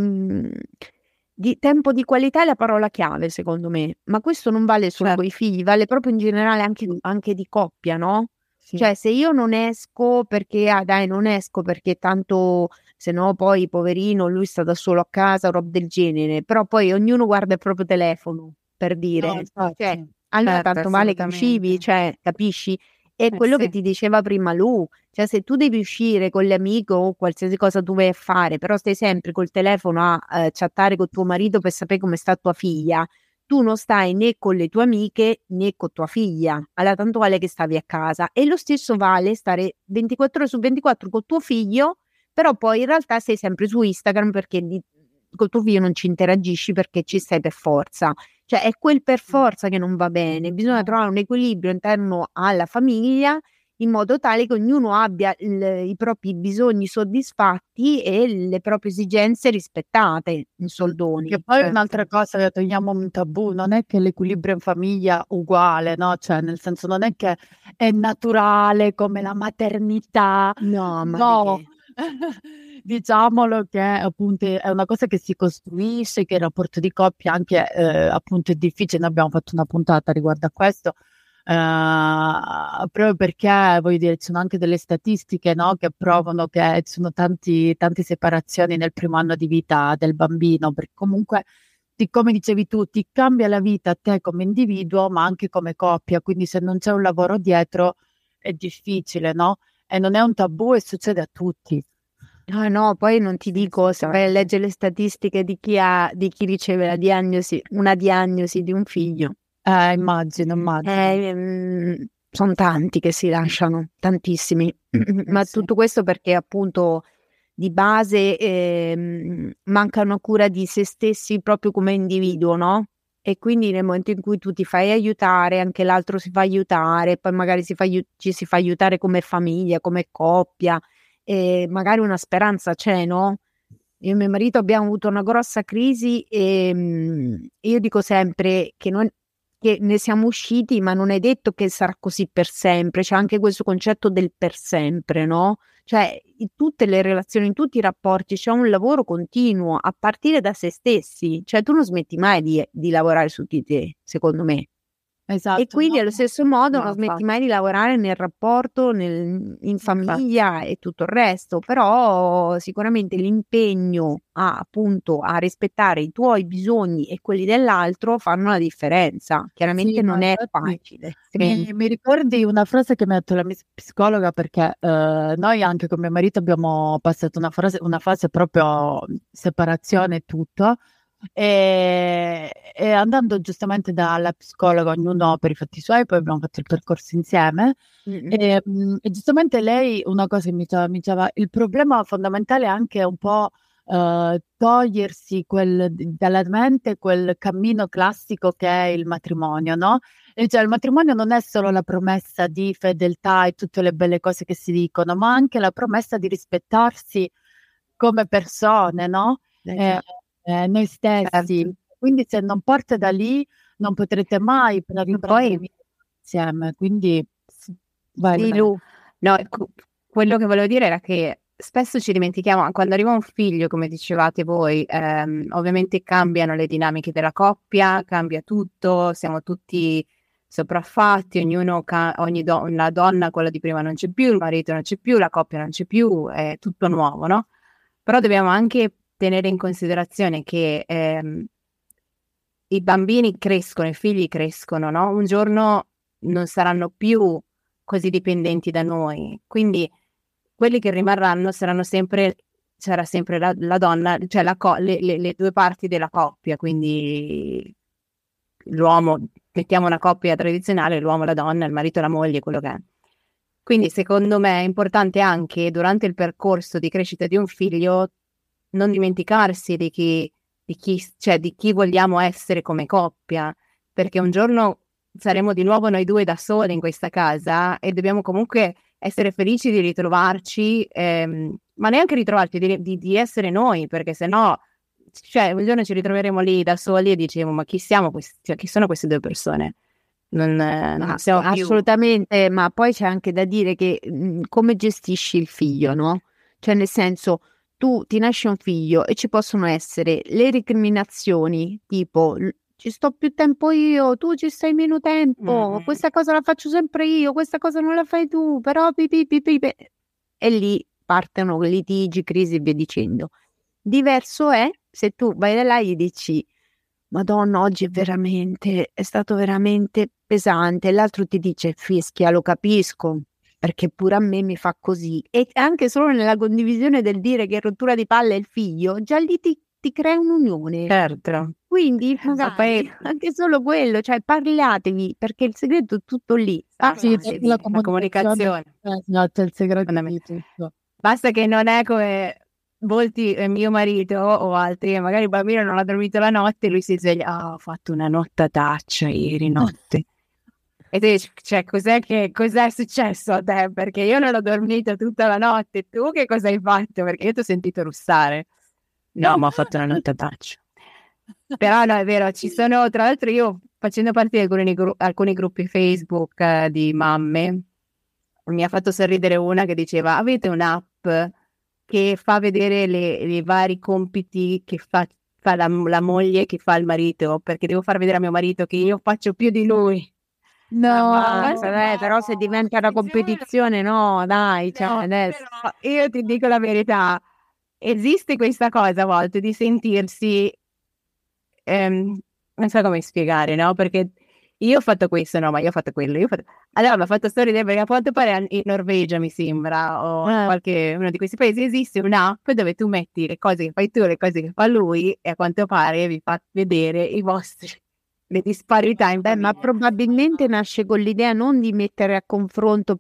di tempo di qualità, è la parola chiave secondo me, ma questo non vale solo Certo. con i figli, vale proprio in generale anche di coppia, no? Sì. Cioè se io non esco perché, dai, non esco perché tanto se no poi poverino lui sta da solo a casa o roba del genere, però poi ognuno guarda il proprio telefono, per No, dire, infatti. cioè allora Certo, tanto vale che uscivi, assolutamente. cioè capisci? È quello che Sì. ti diceva prima Lu, cioè se tu devi uscire con le amiche o qualsiasi cosa tu vai a fare, però stai sempre col telefono a chattare con tuo marito per sapere come sta tua figlia, tu non stai né con le tue amiche né con tua figlia, alla tanto vale che stavi a casa. E lo stesso vale stare 24 ore su 24 con tuo figlio, però poi in realtà sei sempre su Instagram perché col tuo figlio non ci interagisci perché ci stai per forza. Cioè è quel per forza che non va bene, bisogna trovare un equilibrio interno alla famiglia in modo tale che ognuno abbia i propri bisogni soddisfatti e le proprie esigenze rispettate in soldoni. Che poi un'altra cosa che togliamo un tabù, non è che l'equilibrio in famiglia è uguale, no? Cioè, nel senso, non è che è naturale come la maternità, No, ma no. di che? Diciamolo che appunto è una cosa che si costruisce, che il rapporto di coppia anche appunto è difficile. Noi abbiamo fatto una puntata riguardo a questo, proprio perché voglio dire, ci sono anche delle statistiche, no, che provano che ci sono tante separazioni nel primo anno di vita del bambino, perché comunque come dicevi tu, ti cambia la vita a te come individuo, ma anche come coppia, quindi se non c'è un lavoro dietro è difficile, no? E non è un tabù e succede a tutti. Ah no, poi non ti dico, se vai a leggere le statistiche di chi riceve la diagnosi, una diagnosi di un figlio, Immagino. sono tanti che si lasciano, tantissimi. Ma Sì. tutto questo perché appunto di base manca una cura di se stessi proprio come individuo, no? E quindi nel momento in cui tu ti fai aiutare, anche l'altro si fa aiutare, poi magari ci si fa aiutare come famiglia, come coppia, e magari una speranza c'è, no? Io e mio marito abbiamo avuto una grossa crisi e io dico sempre che ne siamo usciti, ma non è detto che sarà così per sempre. C'è anche questo concetto del per sempre, no? Cioè, in tutte le relazioni, in tutti i rapporti c'è un lavoro continuo a partire da se stessi. Cioè, tu non smetti mai di lavorare su di te, secondo me. E Esatto, quindi allo stesso modo No, non smetti infatti. mai di lavorare nel rapporto, in Infatti. famiglia e tutto il resto, però sicuramente l'impegno appunto a rispettare i tuoi bisogni e quelli dell'altro fanno la differenza. Chiaramente sì, no, non è infatti facile. mi ricordi una frase che mi ha detto la mia psicologa perché noi anche con mio marito abbiamo passato una fase proprio separazione e tutto e andando giustamente dalla psicologa, ognuno per i fatti suoi, poi abbiamo fatto il percorso insieme Mm. e giustamente lei una cosa che mi diceva, il problema fondamentale è anche un po' togliersi dalla mente quel cammino classico che è il matrimonio, no? E cioè il matrimonio non è solo la promessa di fedeltà e tutte le belle cose che si dicono, ma anche la promessa di rispettarsi come persone, no? Eh, Esatto. noi stessi. Certo. Quindi se non parte da lì non potrete mai E riprendere poi, vita insieme. Quindi vai. Sì, Lu. no, quello che volevo dire era che spesso ci dimentichiamo, quando arriva un figlio, come dicevate voi, ovviamente cambiano le dinamiche della coppia, cambia tutto, siamo tutti sopraffatti, la donna, quella di prima non c'è più, il marito non c'è più, la coppia non c'è più, è tutto nuovo, no? Però dobbiamo anche tenere in considerazione che i bambini crescono, i figli crescono, no? Un giorno non saranno più così dipendenti da noi, quindi quelli che rimarranno sarà sempre la donna, cioè le due parti della coppia, quindi l'uomo, mettiamo una coppia tradizionale, l'uomo e la donna, il marito e la moglie, quello che è. Quindi secondo me è importante anche durante il percorso di crescita di un figlio non dimenticarsi cioè di chi vogliamo essere come coppia, perché un giorno saremo di nuovo noi due da sole in questa casa e dobbiamo comunque essere felici di ritrovarci, ma neanche ritrovarci, di essere noi, perché sennò, cioè, un giorno ci ritroveremo lì da soli e diciamo, ma chi siamo cioè, chi sono queste due persone? Non siamo più. Assolutamente, ma poi c'è anche da dire che come gestisci il figlio, no? Cioè, nel senso, tu ti nasce un figlio e ci possono essere le recriminazioni, tipo ci sto più tempo io, tu ci stai meno tempo, Mm. questa cosa la faccio sempre io, questa cosa non la fai tu, però e lì partono litigi, crisi e via dicendo. Diverso è se tu vai da là e gli dici Madonna, oggi è stato veramente pesante. L'altro ti dice, fischia, lo capisco, perché pure a me mi fa così. E anche solo nella condivisione del dire che rottura di palle è il figlio, già lì ti crea un'unione. Certo. Quindi Ma magari poi anche solo quello, cioè parlatevi, perché il segreto è tutto lì. Sì, Parlatevi. la la comunicazione. comunicazione. Esatto, è il segreto Secondo me. di tutto. Basta che non è come molti, mio marito o altri, magari il bambino non ha dormito la notte e lui si sveglia, "Ah, ho fatto una nottataccia ieri notte." E te dici, cioè, cos'è successo a te? Perché io non ho dormito tutta la notte, tu che cosa hai fatto? Perché io ti ho sentito russare. No, ma ho fatto una nottataccia. Però no, è vero, ci sono, tra l'altro io facendo parte di alcuni gruppi Facebook di mamme, mi ha fatto sorridere una che diceva, avete un'app che fa vedere i vari compiti che fa la moglie, che fa il marito, perché devo far vedere a mio marito che io faccio più di lui. No, Però se diventa una competizione, no, dai, cioè, No, adesso. però io ti dico la verità, esiste questa cosa a volte di sentirsi, non so come spiegare, no? Perché io ho fatto questo, no, ma io ho fatto quello, Allora mi ha fatto sorridere perché a quanto pare in Norvegia, mi sembra, o in uno di questi paesi, esiste un'app dove tu metti le cose che fai tu, le cose che fa lui, e a quanto pare vi fa vedere le disparità in Beh, ma famiglia. probabilmente nasce con l'idea non di mettere a confronto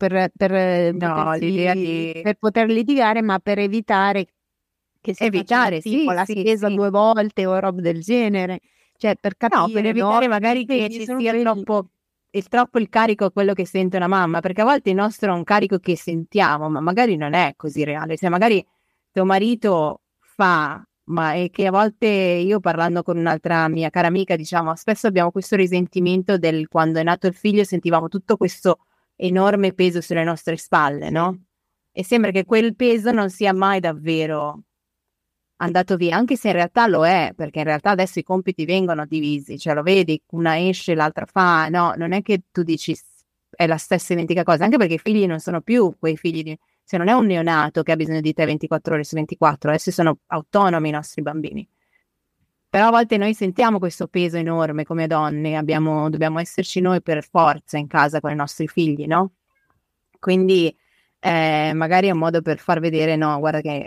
No, l'idea di per poter litigare, ma per evitare che si evitare, faccia tipo sì, la sì, spesa sì. 2 volte o roba del genere. Cioè, per No, per capire, no? evitare magari che Vedi, ci sono sia quelli. troppo il carico quello che sente una mamma, perché a volte il nostro è un carico che sentiamo, ma magari non è così reale. Cioè, magari tuo marito fa, ma è che a volte io parlando con un'altra mia cara amica, diciamo, spesso abbiamo questo risentimento del quando è nato il figlio, sentivamo tutto questo enorme peso sulle nostre spalle, no? E sembra che quel peso non sia mai davvero andato via, anche se in realtà lo è, perché in realtà adesso i compiti vengono divisi, cioè lo vedi, una esce, l'altra fa, no, non è che tu dici è la stessa identica cosa, anche perché i figli non sono più quei figli cioè non è un neonato che ha bisogno di te 24 ore su 24, adesso sono autonomi i nostri bambini. Però a volte noi sentiamo questo peso enorme come donne, dobbiamo esserci noi per forza in casa con i nostri figli, no? Quindi magari è un modo per far vedere, no, guarda che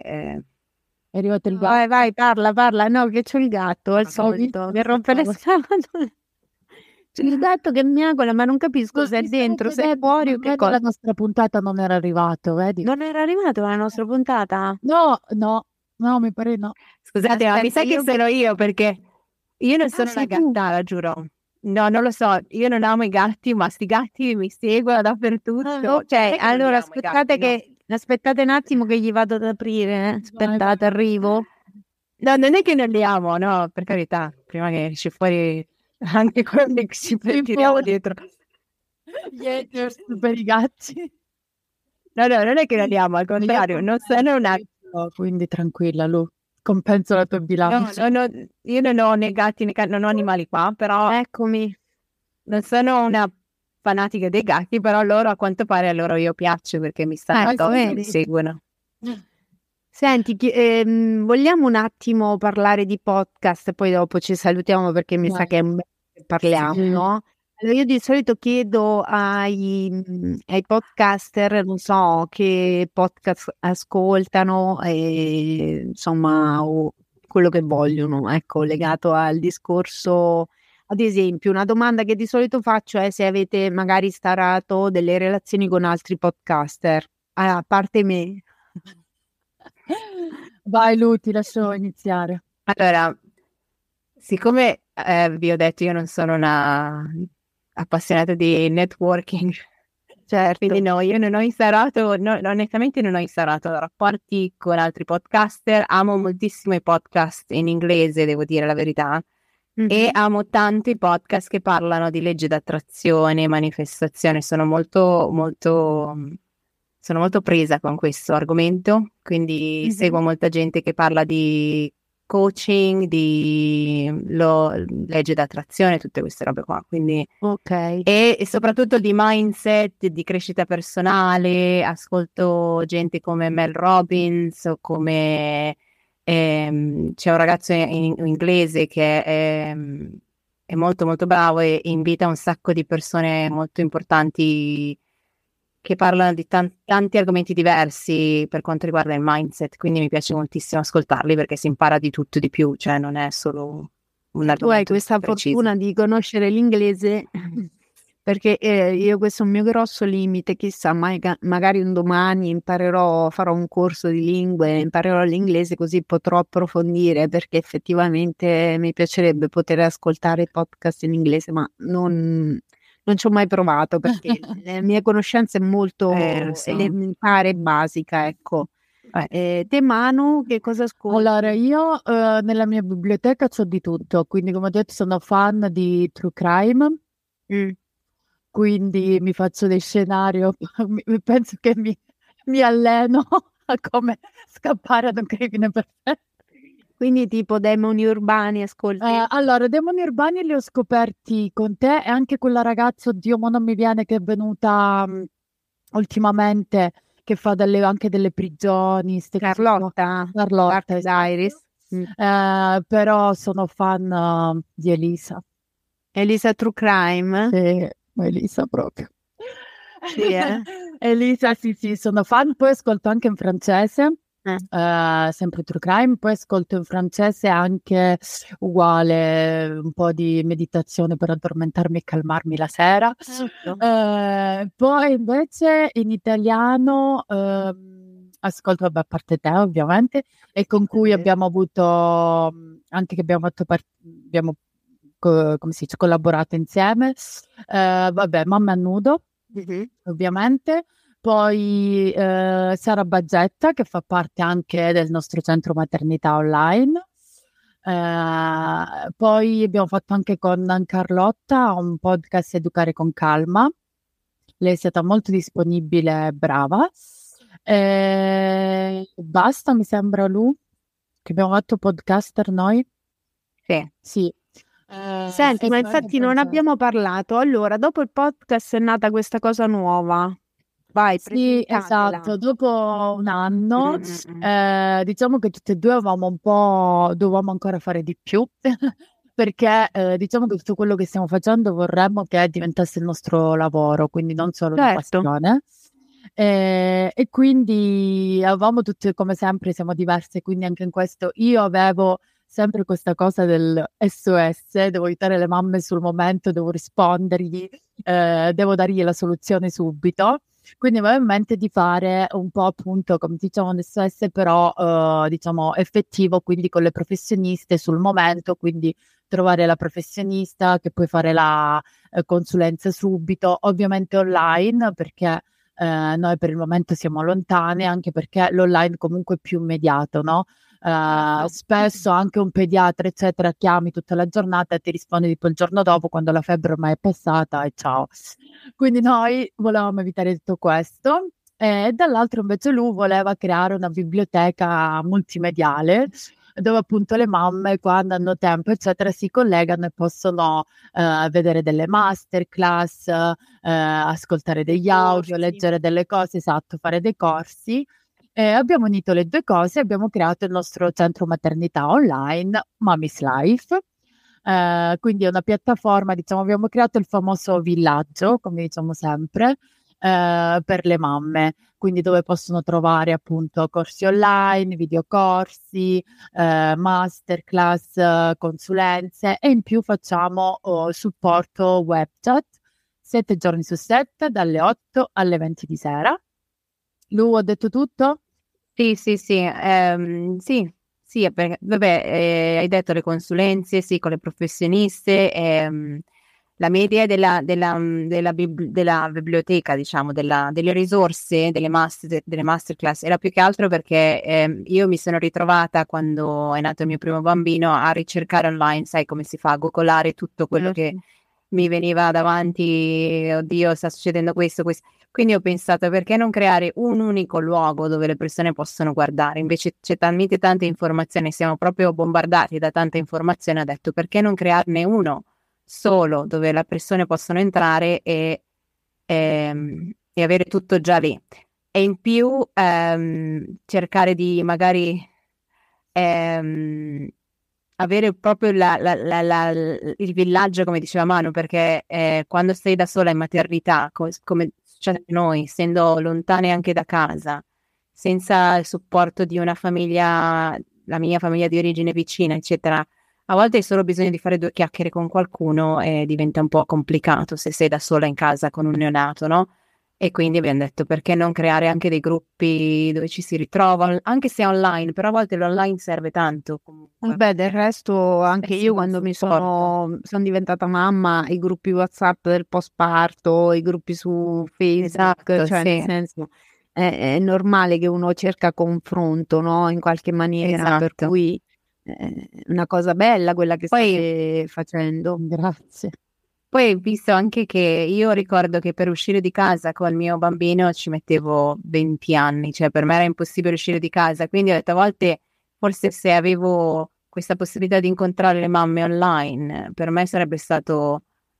è arrivato il Vai, vai, parla. No, che c'ho il gatto, al solito, che rompe le scatole. C'è il gatto che miagola, ma non capisco se è dentro, se è fuori o che cosa. La nostra puntata non era arrivato, vedi? Non era arrivato alla nostra puntata? No, mi pare no. Scusate, ma mi Aspetta, sa che sono io perché io non sono una sei tu. gattara, giuro. No, non lo so, io non amo i gatti, ma sti gatti mi seguono dappertutto. Ok, Non è che non li allora amo i gatti, aspettate un attimo che gli vado ad aprire. Aspettate, arrivo. no, non è che non li amo, no, per carità, prima che esci fuori anche quelli che ci tiriamo dietro. Gli haters per i gatti. No, non è che non li amo, al contrario, non sono una... Quindi tranquilla, Lu. Compenso la tua bilancia. Io non ho né gatti né cani, non ho animali qua, però Eccomi. non sono una fanatica dei gatti, però loro a quanto pare a loro io piaccio perché mi stanno addosso, mi vedi. seguono. Senti, vogliamo un attimo parlare di podcast, poi dopo ci salutiamo perché mi sa che è un bel che parliamo, Sì. no? Allora, io di solito chiedo ai podcaster, non so, che podcast ascoltano, insomma, o quello che vogliono, ecco, legato al discorso. Ad esempio, una domanda che di solito faccio è se avete magari starato delle relazioni con altri podcaster, a parte me. Vai, Lu, ti lascio iniziare. Allora, siccome vi ho detto io non sono una appassionata di networking, Certo. quindi no, io non ho instaurato, onestamente non ho instaurato rapporti con altri podcaster, amo moltissimo i podcast in inglese, devo dire la verità, e amo tanti podcast che parlano di legge d'attrazione, manifestazione, sono molto presa con questo argomento, quindi seguo molta gente che parla di coaching, di legge d'attrazione, tutte queste robe qua, quindi e soprattutto di mindset, di crescita personale, ascolto gente come Mel Robbins o come C'è un ragazzo in inglese che è molto molto bravo e invita un sacco di persone molto importanti che parlano di tanti argomenti diversi per quanto riguarda il mindset, quindi mi piace moltissimo ascoltarli perché si impara di tutto di più, cioè non è solo un Tu hai argomento questa preciso. fortuna di conoscere l'inglese perché io questo è un mio grosso limite, chissà, magari un domani farò un corso di lingue, imparerò l'inglese così potrò approfondire perché effettivamente mi piacerebbe poter ascoltare podcast in inglese, ma non ci ho mai provato perché la mia conoscenza è molto Sì. elementare e basica, ecco. Te Manu, che cosa ascolti? Allora, io nella mia biblioteca c'ho di tutto, quindi come ho detto sono fan di True Crime, Mm. quindi mi faccio dei scenari, penso che mi alleno a come scappare da un crimine perfetto. Quindi tipo demoni urbani, ascolti? Allora, Demoni Urbani li ho scoperti con te e anche quella ragazza, oddio, ma non mi viene, che è venuta ultimamente, che fa anche delle prigioni, ste cose qua. Carlotta, Carlotta, Dark esatto. Diaries. Però sono fan di Elisa. Elisa True Crime. Sì, Elisa proprio. Sì, Elisa, sì, sono fan. Poi ascolto anche in francese, Eh. sempre True Crime. Poi ascolto in francese anche uguale un po' di meditazione per addormentarmi e calmarmi la sera. Certo. Poi invece in italiano ascolto, vabbè, a parte te ovviamente, e con cui abbiamo avuto anche che abbiamo fatto come si dice, collaborato insieme. Vabbè, Mamma a nudo, Mhm. ovviamente. Poi Sara Baggetta, che fa parte anche del nostro centro maternità online. Poi abbiamo fatto anche con Carlotta un podcast Educare con Calma. Lei è stata molto disponibile e brava. Basta, mi sembra lui, che abbiamo fatto podcaster noi. Sì. Sì. Senti, E ma poi infatti anche non Francesca. abbiamo parlato. Allora, dopo il podcast è nata questa cosa nuova. Vai, Sì, presentatela. esatto, dopo un anno, Mm. diciamo che tutte e due dovevamo ancora fare di più, perché diciamo che tutto quello che stiamo facendo vorremmo che diventasse il nostro lavoro, quindi non solo una Certo. passione. E quindi avevamo tutte, come sempre, siamo diverse, quindi anche in questo io avevo sempre questa cosa del SOS, devo aiutare le mamme sul momento, devo rispondergli, devo dargli la soluzione subito. Quindi avevo in mente di fare un po' appunto, come diciamo, un SOS però diciamo effettivo, quindi con le professioniste sul momento, quindi trovare la professionista che puoi fare la consulenza subito, ovviamente online, perché noi per il momento siamo lontane, anche perché l'online comunque è più immediato, no? Spesso anche un pediatra, eccetera, chiami tutta la giornata e ti risponde tipo il giorno dopo quando la febbre ormai è passata e ciao. Quindi noi volevamo evitare tutto questo. E dall'altro invece lui voleva creare una biblioteca multimediale dove appunto le mamme quando hanno tempo eccetera si collegano e possono vedere delle masterclass, ascoltare degli audio, Corsi. leggere delle cose, esatto, fare dei corsi. Abbiamo unito le due cose e abbiamo creato il nostro centro maternità online, Mommy's Life. Quindi è una piattaforma, diciamo, abbiamo creato il famoso villaggio, come diciamo sempre, per le mamme, quindi dove possono trovare appunto corsi online, videocorsi, masterclass, consulenze e in più facciamo supporto web chat 7 giorni su 7 dalle 8 alle 20 di sera. Lu, ho detto tutto? Sì, sì, perché, vabbè, hai detto le consulenze, sì, con le professioniste, la media della biblioteca, diciamo, delle risorse, delle masterclass, era più che altro perché io mi sono ritrovata quando è nato il mio primo bambino a ricercare online, sai come si fa, a googolare tutto quello che mi veniva davanti, oddio, sta succedendo questo. Quindi ho pensato, perché non creare un unico luogo dove le persone possono guardare? Invece c'è talmente tante informazioni, siamo proprio bombardati da tanta informazione, ho detto, perché non crearne uno solo dove le persone possono entrare e avere tutto già lì? E in più cercare di magari avere proprio il villaggio, come diceva Manu, perché quando sei da sola in maternità, come succede a noi, essendo lontane anche da casa, senza il supporto di una famiglia, la mia famiglia di origine vicina, eccetera, a volte hai solo bisogno di fare due chiacchiere con qualcuno e diventa un po' complicato se sei da sola in casa con un neonato, no? E quindi abbiamo detto perché non creare anche dei gruppi dove ci si ritrova, anche se è online, però a volte l'online serve tanto comunque. Vabbè, del resto anche sì, io quando mi sono diventata mamma, i gruppi WhatsApp del postparto, i gruppi su Facebook, Esatto, cioè nel sì, senso è normale che uno cerca confronto, no? In qualche maniera, per esatto. cui è una cosa bella quella che Poi, state facendo. Grazie. poi ho visto anche che io ricordo che per uscire di casa col mio bambino ci mettevo 20 anni, cioè per me era impossibile uscire di casa, quindi ho detto a volte forse se avevo questa possibilità di incontrare le mamme online, per me sarebbe stato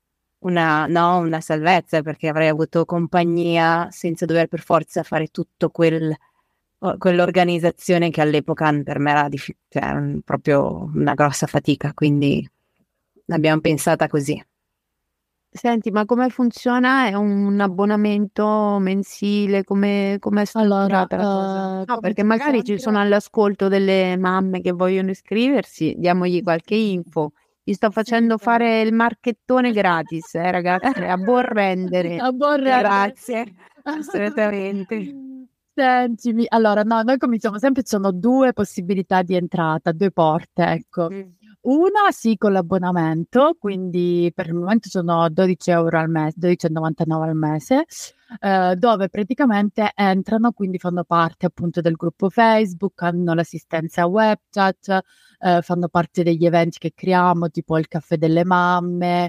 una salvezza perché avrei avuto compagnia senza dover per forza fare tutto quell'organizzazione che all'epoca per me era cioè, era proprio una grossa fatica, quindi l'abbiamo pensata così. Senti, ma come funziona? È un abbonamento mensile? Come è Allora, strutturata la cosa? No, come perché dico magari ci sono sempre, all'ascolto delle mamme che vogliono iscriversi, diamogli qualche info. Gli sto sì, facendo fare il marchettone gratis, ragazze, a buon rendere. a buon rendere. Grazie, assolutamente. Sentimi, allora no, noi cominciamo sempre, ci sono due possibilità di entrata, due porte, ecco. Mm. Una sì con l'abbonamento, quindi per il momento sono 12 euro al mese, 12,99 al mese, dove praticamente entrano, quindi fanno parte appunto del gruppo Facebook, hanno l'assistenza web chat, fanno parte degli eventi che creiamo, tipo il caffè delle mamme,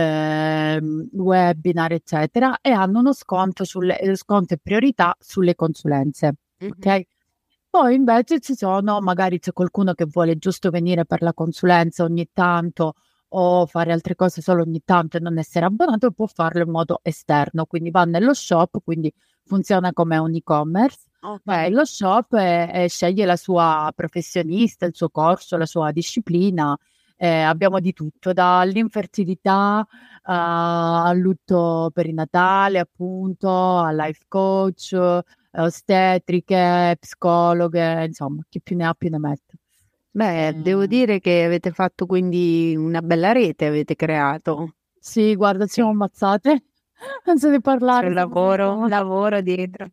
webinar, eccetera, e hanno uno sconto sconto e priorità sulle consulenze. Mhm. Ok? Poi invece ci sono, magari c'è qualcuno che vuole giusto venire per la consulenza ogni tanto o fare altre cose solo ogni tanto e non essere abbonato, può farlo in modo esterno, quindi va nello shop, quindi funziona come un e-commerce, va Ok. nello shop e sceglie la sua professionista, il suo corso, la sua disciplina. Abbiamo di tutto, dall'infertilità al lutto perinatale, appunto, al life coach, ostetriche, psicologhe, insomma, chi più ne ha più ne mette. Beh, devo Eh, dire che avete fatto quindi una bella rete, avete creato. sì, guarda, ci siamo Sì, ammazzate. Non so di c'è parlare, un siamo un po'. lavoro dietro.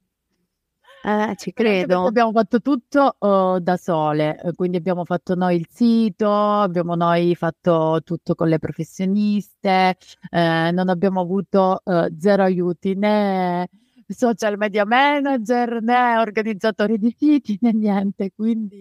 Ci Anche perché credo. abbiamo fatto tutto da sole, quindi abbiamo fatto noi il sito, abbiamo noi fatto tutto con le professioniste, non abbiamo avuto zero aiuti né social media manager né organizzatori di siti né niente,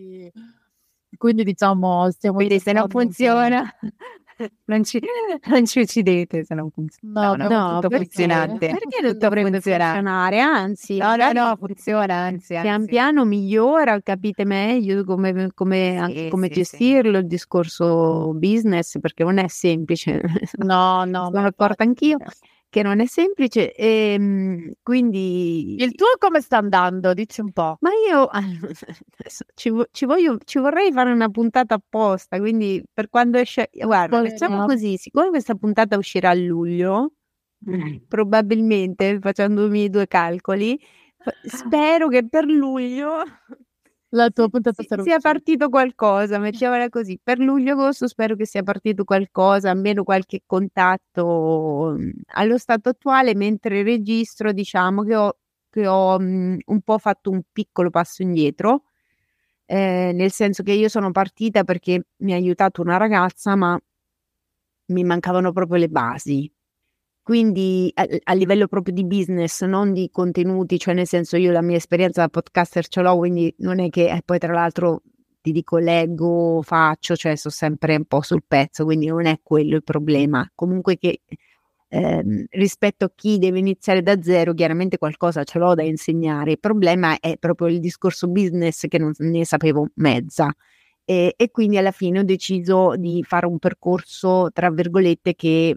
quindi diciamo stiamo Quindi se non gettando un po'. funziona, non ci, non ci uccidete se non funziona. No, No, no, abbiamo No, tutto fatto perché? funzionante, Perché non tutto dovrebbe funziona. funzionare? Anzi, No, no, magari no, funziona, anzi, pian anzi. piano migliora, capite meglio anche Sì, come sì, sì. gestirlo il discorso business, perché non è semplice. no, Mi no, ma sono accorta infatti. anch'io che non è semplice, e Il quindi tuo come sta andando? Dici un po'. ma io adesso ci vorrei fare una puntata apposta, quindi per quando esce, guarda, facciamo Poverina. così, siccome questa puntata uscirà a luglio, probabilmente facendomi i due calcoli, spero che per luglio La tua puntata sarà sia uscita. partito qualcosa, mettiamola così. Per luglio-agosto spero che sia partito qualcosa, almeno qualche contatto allo stato attuale, mentre registro, diciamo che ho un po' fatto un piccolo passo indietro, nel senso che io sono partita perché mi ha aiutato una ragazza, ma mi mancavano proprio le basi. Quindi a livello proprio di business, non di contenuti, cioè nel senso io la mia esperienza da podcaster ce l'ho, quindi non è che poi tra l'altro ti dico leggo, faccio, cioè sto sempre un po' sul pezzo, quindi non è quello il problema. Comunque che rispetto a chi deve iniziare da zero, chiaramente qualcosa ce l'ho da insegnare. Il problema è proprio il discorso business che non ne sapevo mezza. E quindi alla fine ho deciso di fare un percorso, tra virgolette, che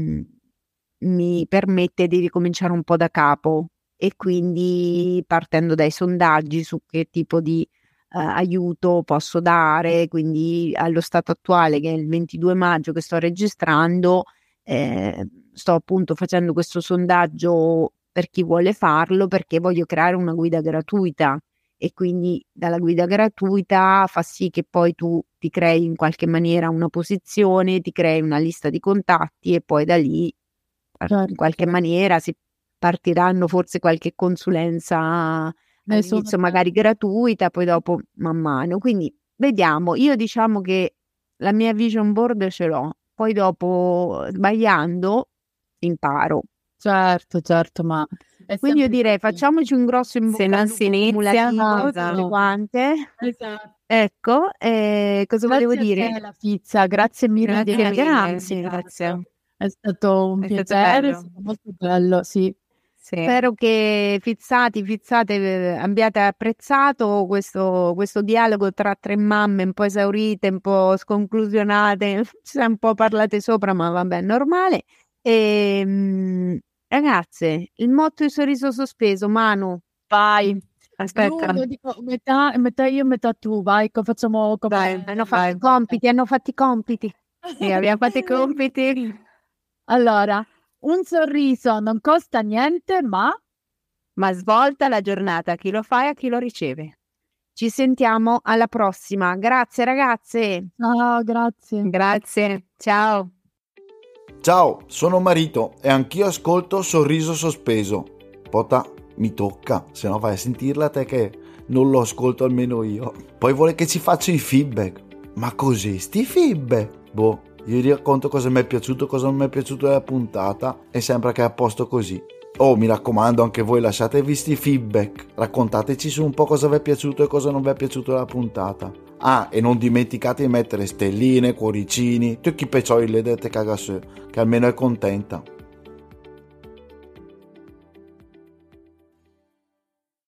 mi permette di ricominciare un po' da capo e quindi partendo dai sondaggi su che tipo di aiuto posso dare. Quindi allo stato attuale, che è il 22 maggio che sto registrando, sto appunto facendo questo sondaggio per chi vuole farlo, perché voglio creare una guida gratuita, e quindi dalla guida gratuita fa sì che poi tu ti crei in qualche maniera una posizione, ti crei una lista di contatti, e poi da lì in qualche maniera si partiranno forse qualche consulenza all'inizio magari gratuita, poi dopo man mano. Quindi vediamo. Io diciamo che la mia vision board ce l'ho, poi dopo sbagliando imparo. Certo, ma quindi io direi facciamoci un grosso in bocca se non si inizia, tutte quante. Esatto. Ecco, cosa volevo dire? Grazie a te, Fizza, grazie mille. Grazie. È stato un piacere, è stato molto bello, sì. Spero che fizzate abbiate apprezzato questo dialogo tra tre mamme un po' esaurite, un po' sconclusionate, ci siamo un po' parlate sopra, ma vabbè, normale. Ragazze, il motto di Sorriso Sospeso, Manu. Vai. Aspetta. Io dico metà io, metà tu, vai, facciamo come... Dai, hanno fatto i compiti. Sì, abbiamo fatto i compiti. Allora, un sorriso non costa niente, ma svolta la giornata a chi lo fa e a chi lo riceve. Ci sentiamo alla prossima. Grazie ragazze. No, grazie. Grazie. Ciao. Ciao, sono Marito e anch'io ascolto Sorriso Sospeso. Pota, mi tocca, se no vai a sentirla te che non lo ascolto almeno io. Poi vuole che ci faccia i feedback. Ma così, sti feedback? Boh, io gli racconto cosa mi è piaciuto, cosa non mi è piaciuto della puntata e sembra che è a posto così. Oh, mi raccomando, anche voi lasciatevi sti feedback. Raccontateci su un po' cosa vi è piaciuto e cosa non vi è piaciuto della puntata. Ah, e non dimenticate di mettere stelline, cuoricini, tutti i peccioli le dette cagasse, che almeno è contenta.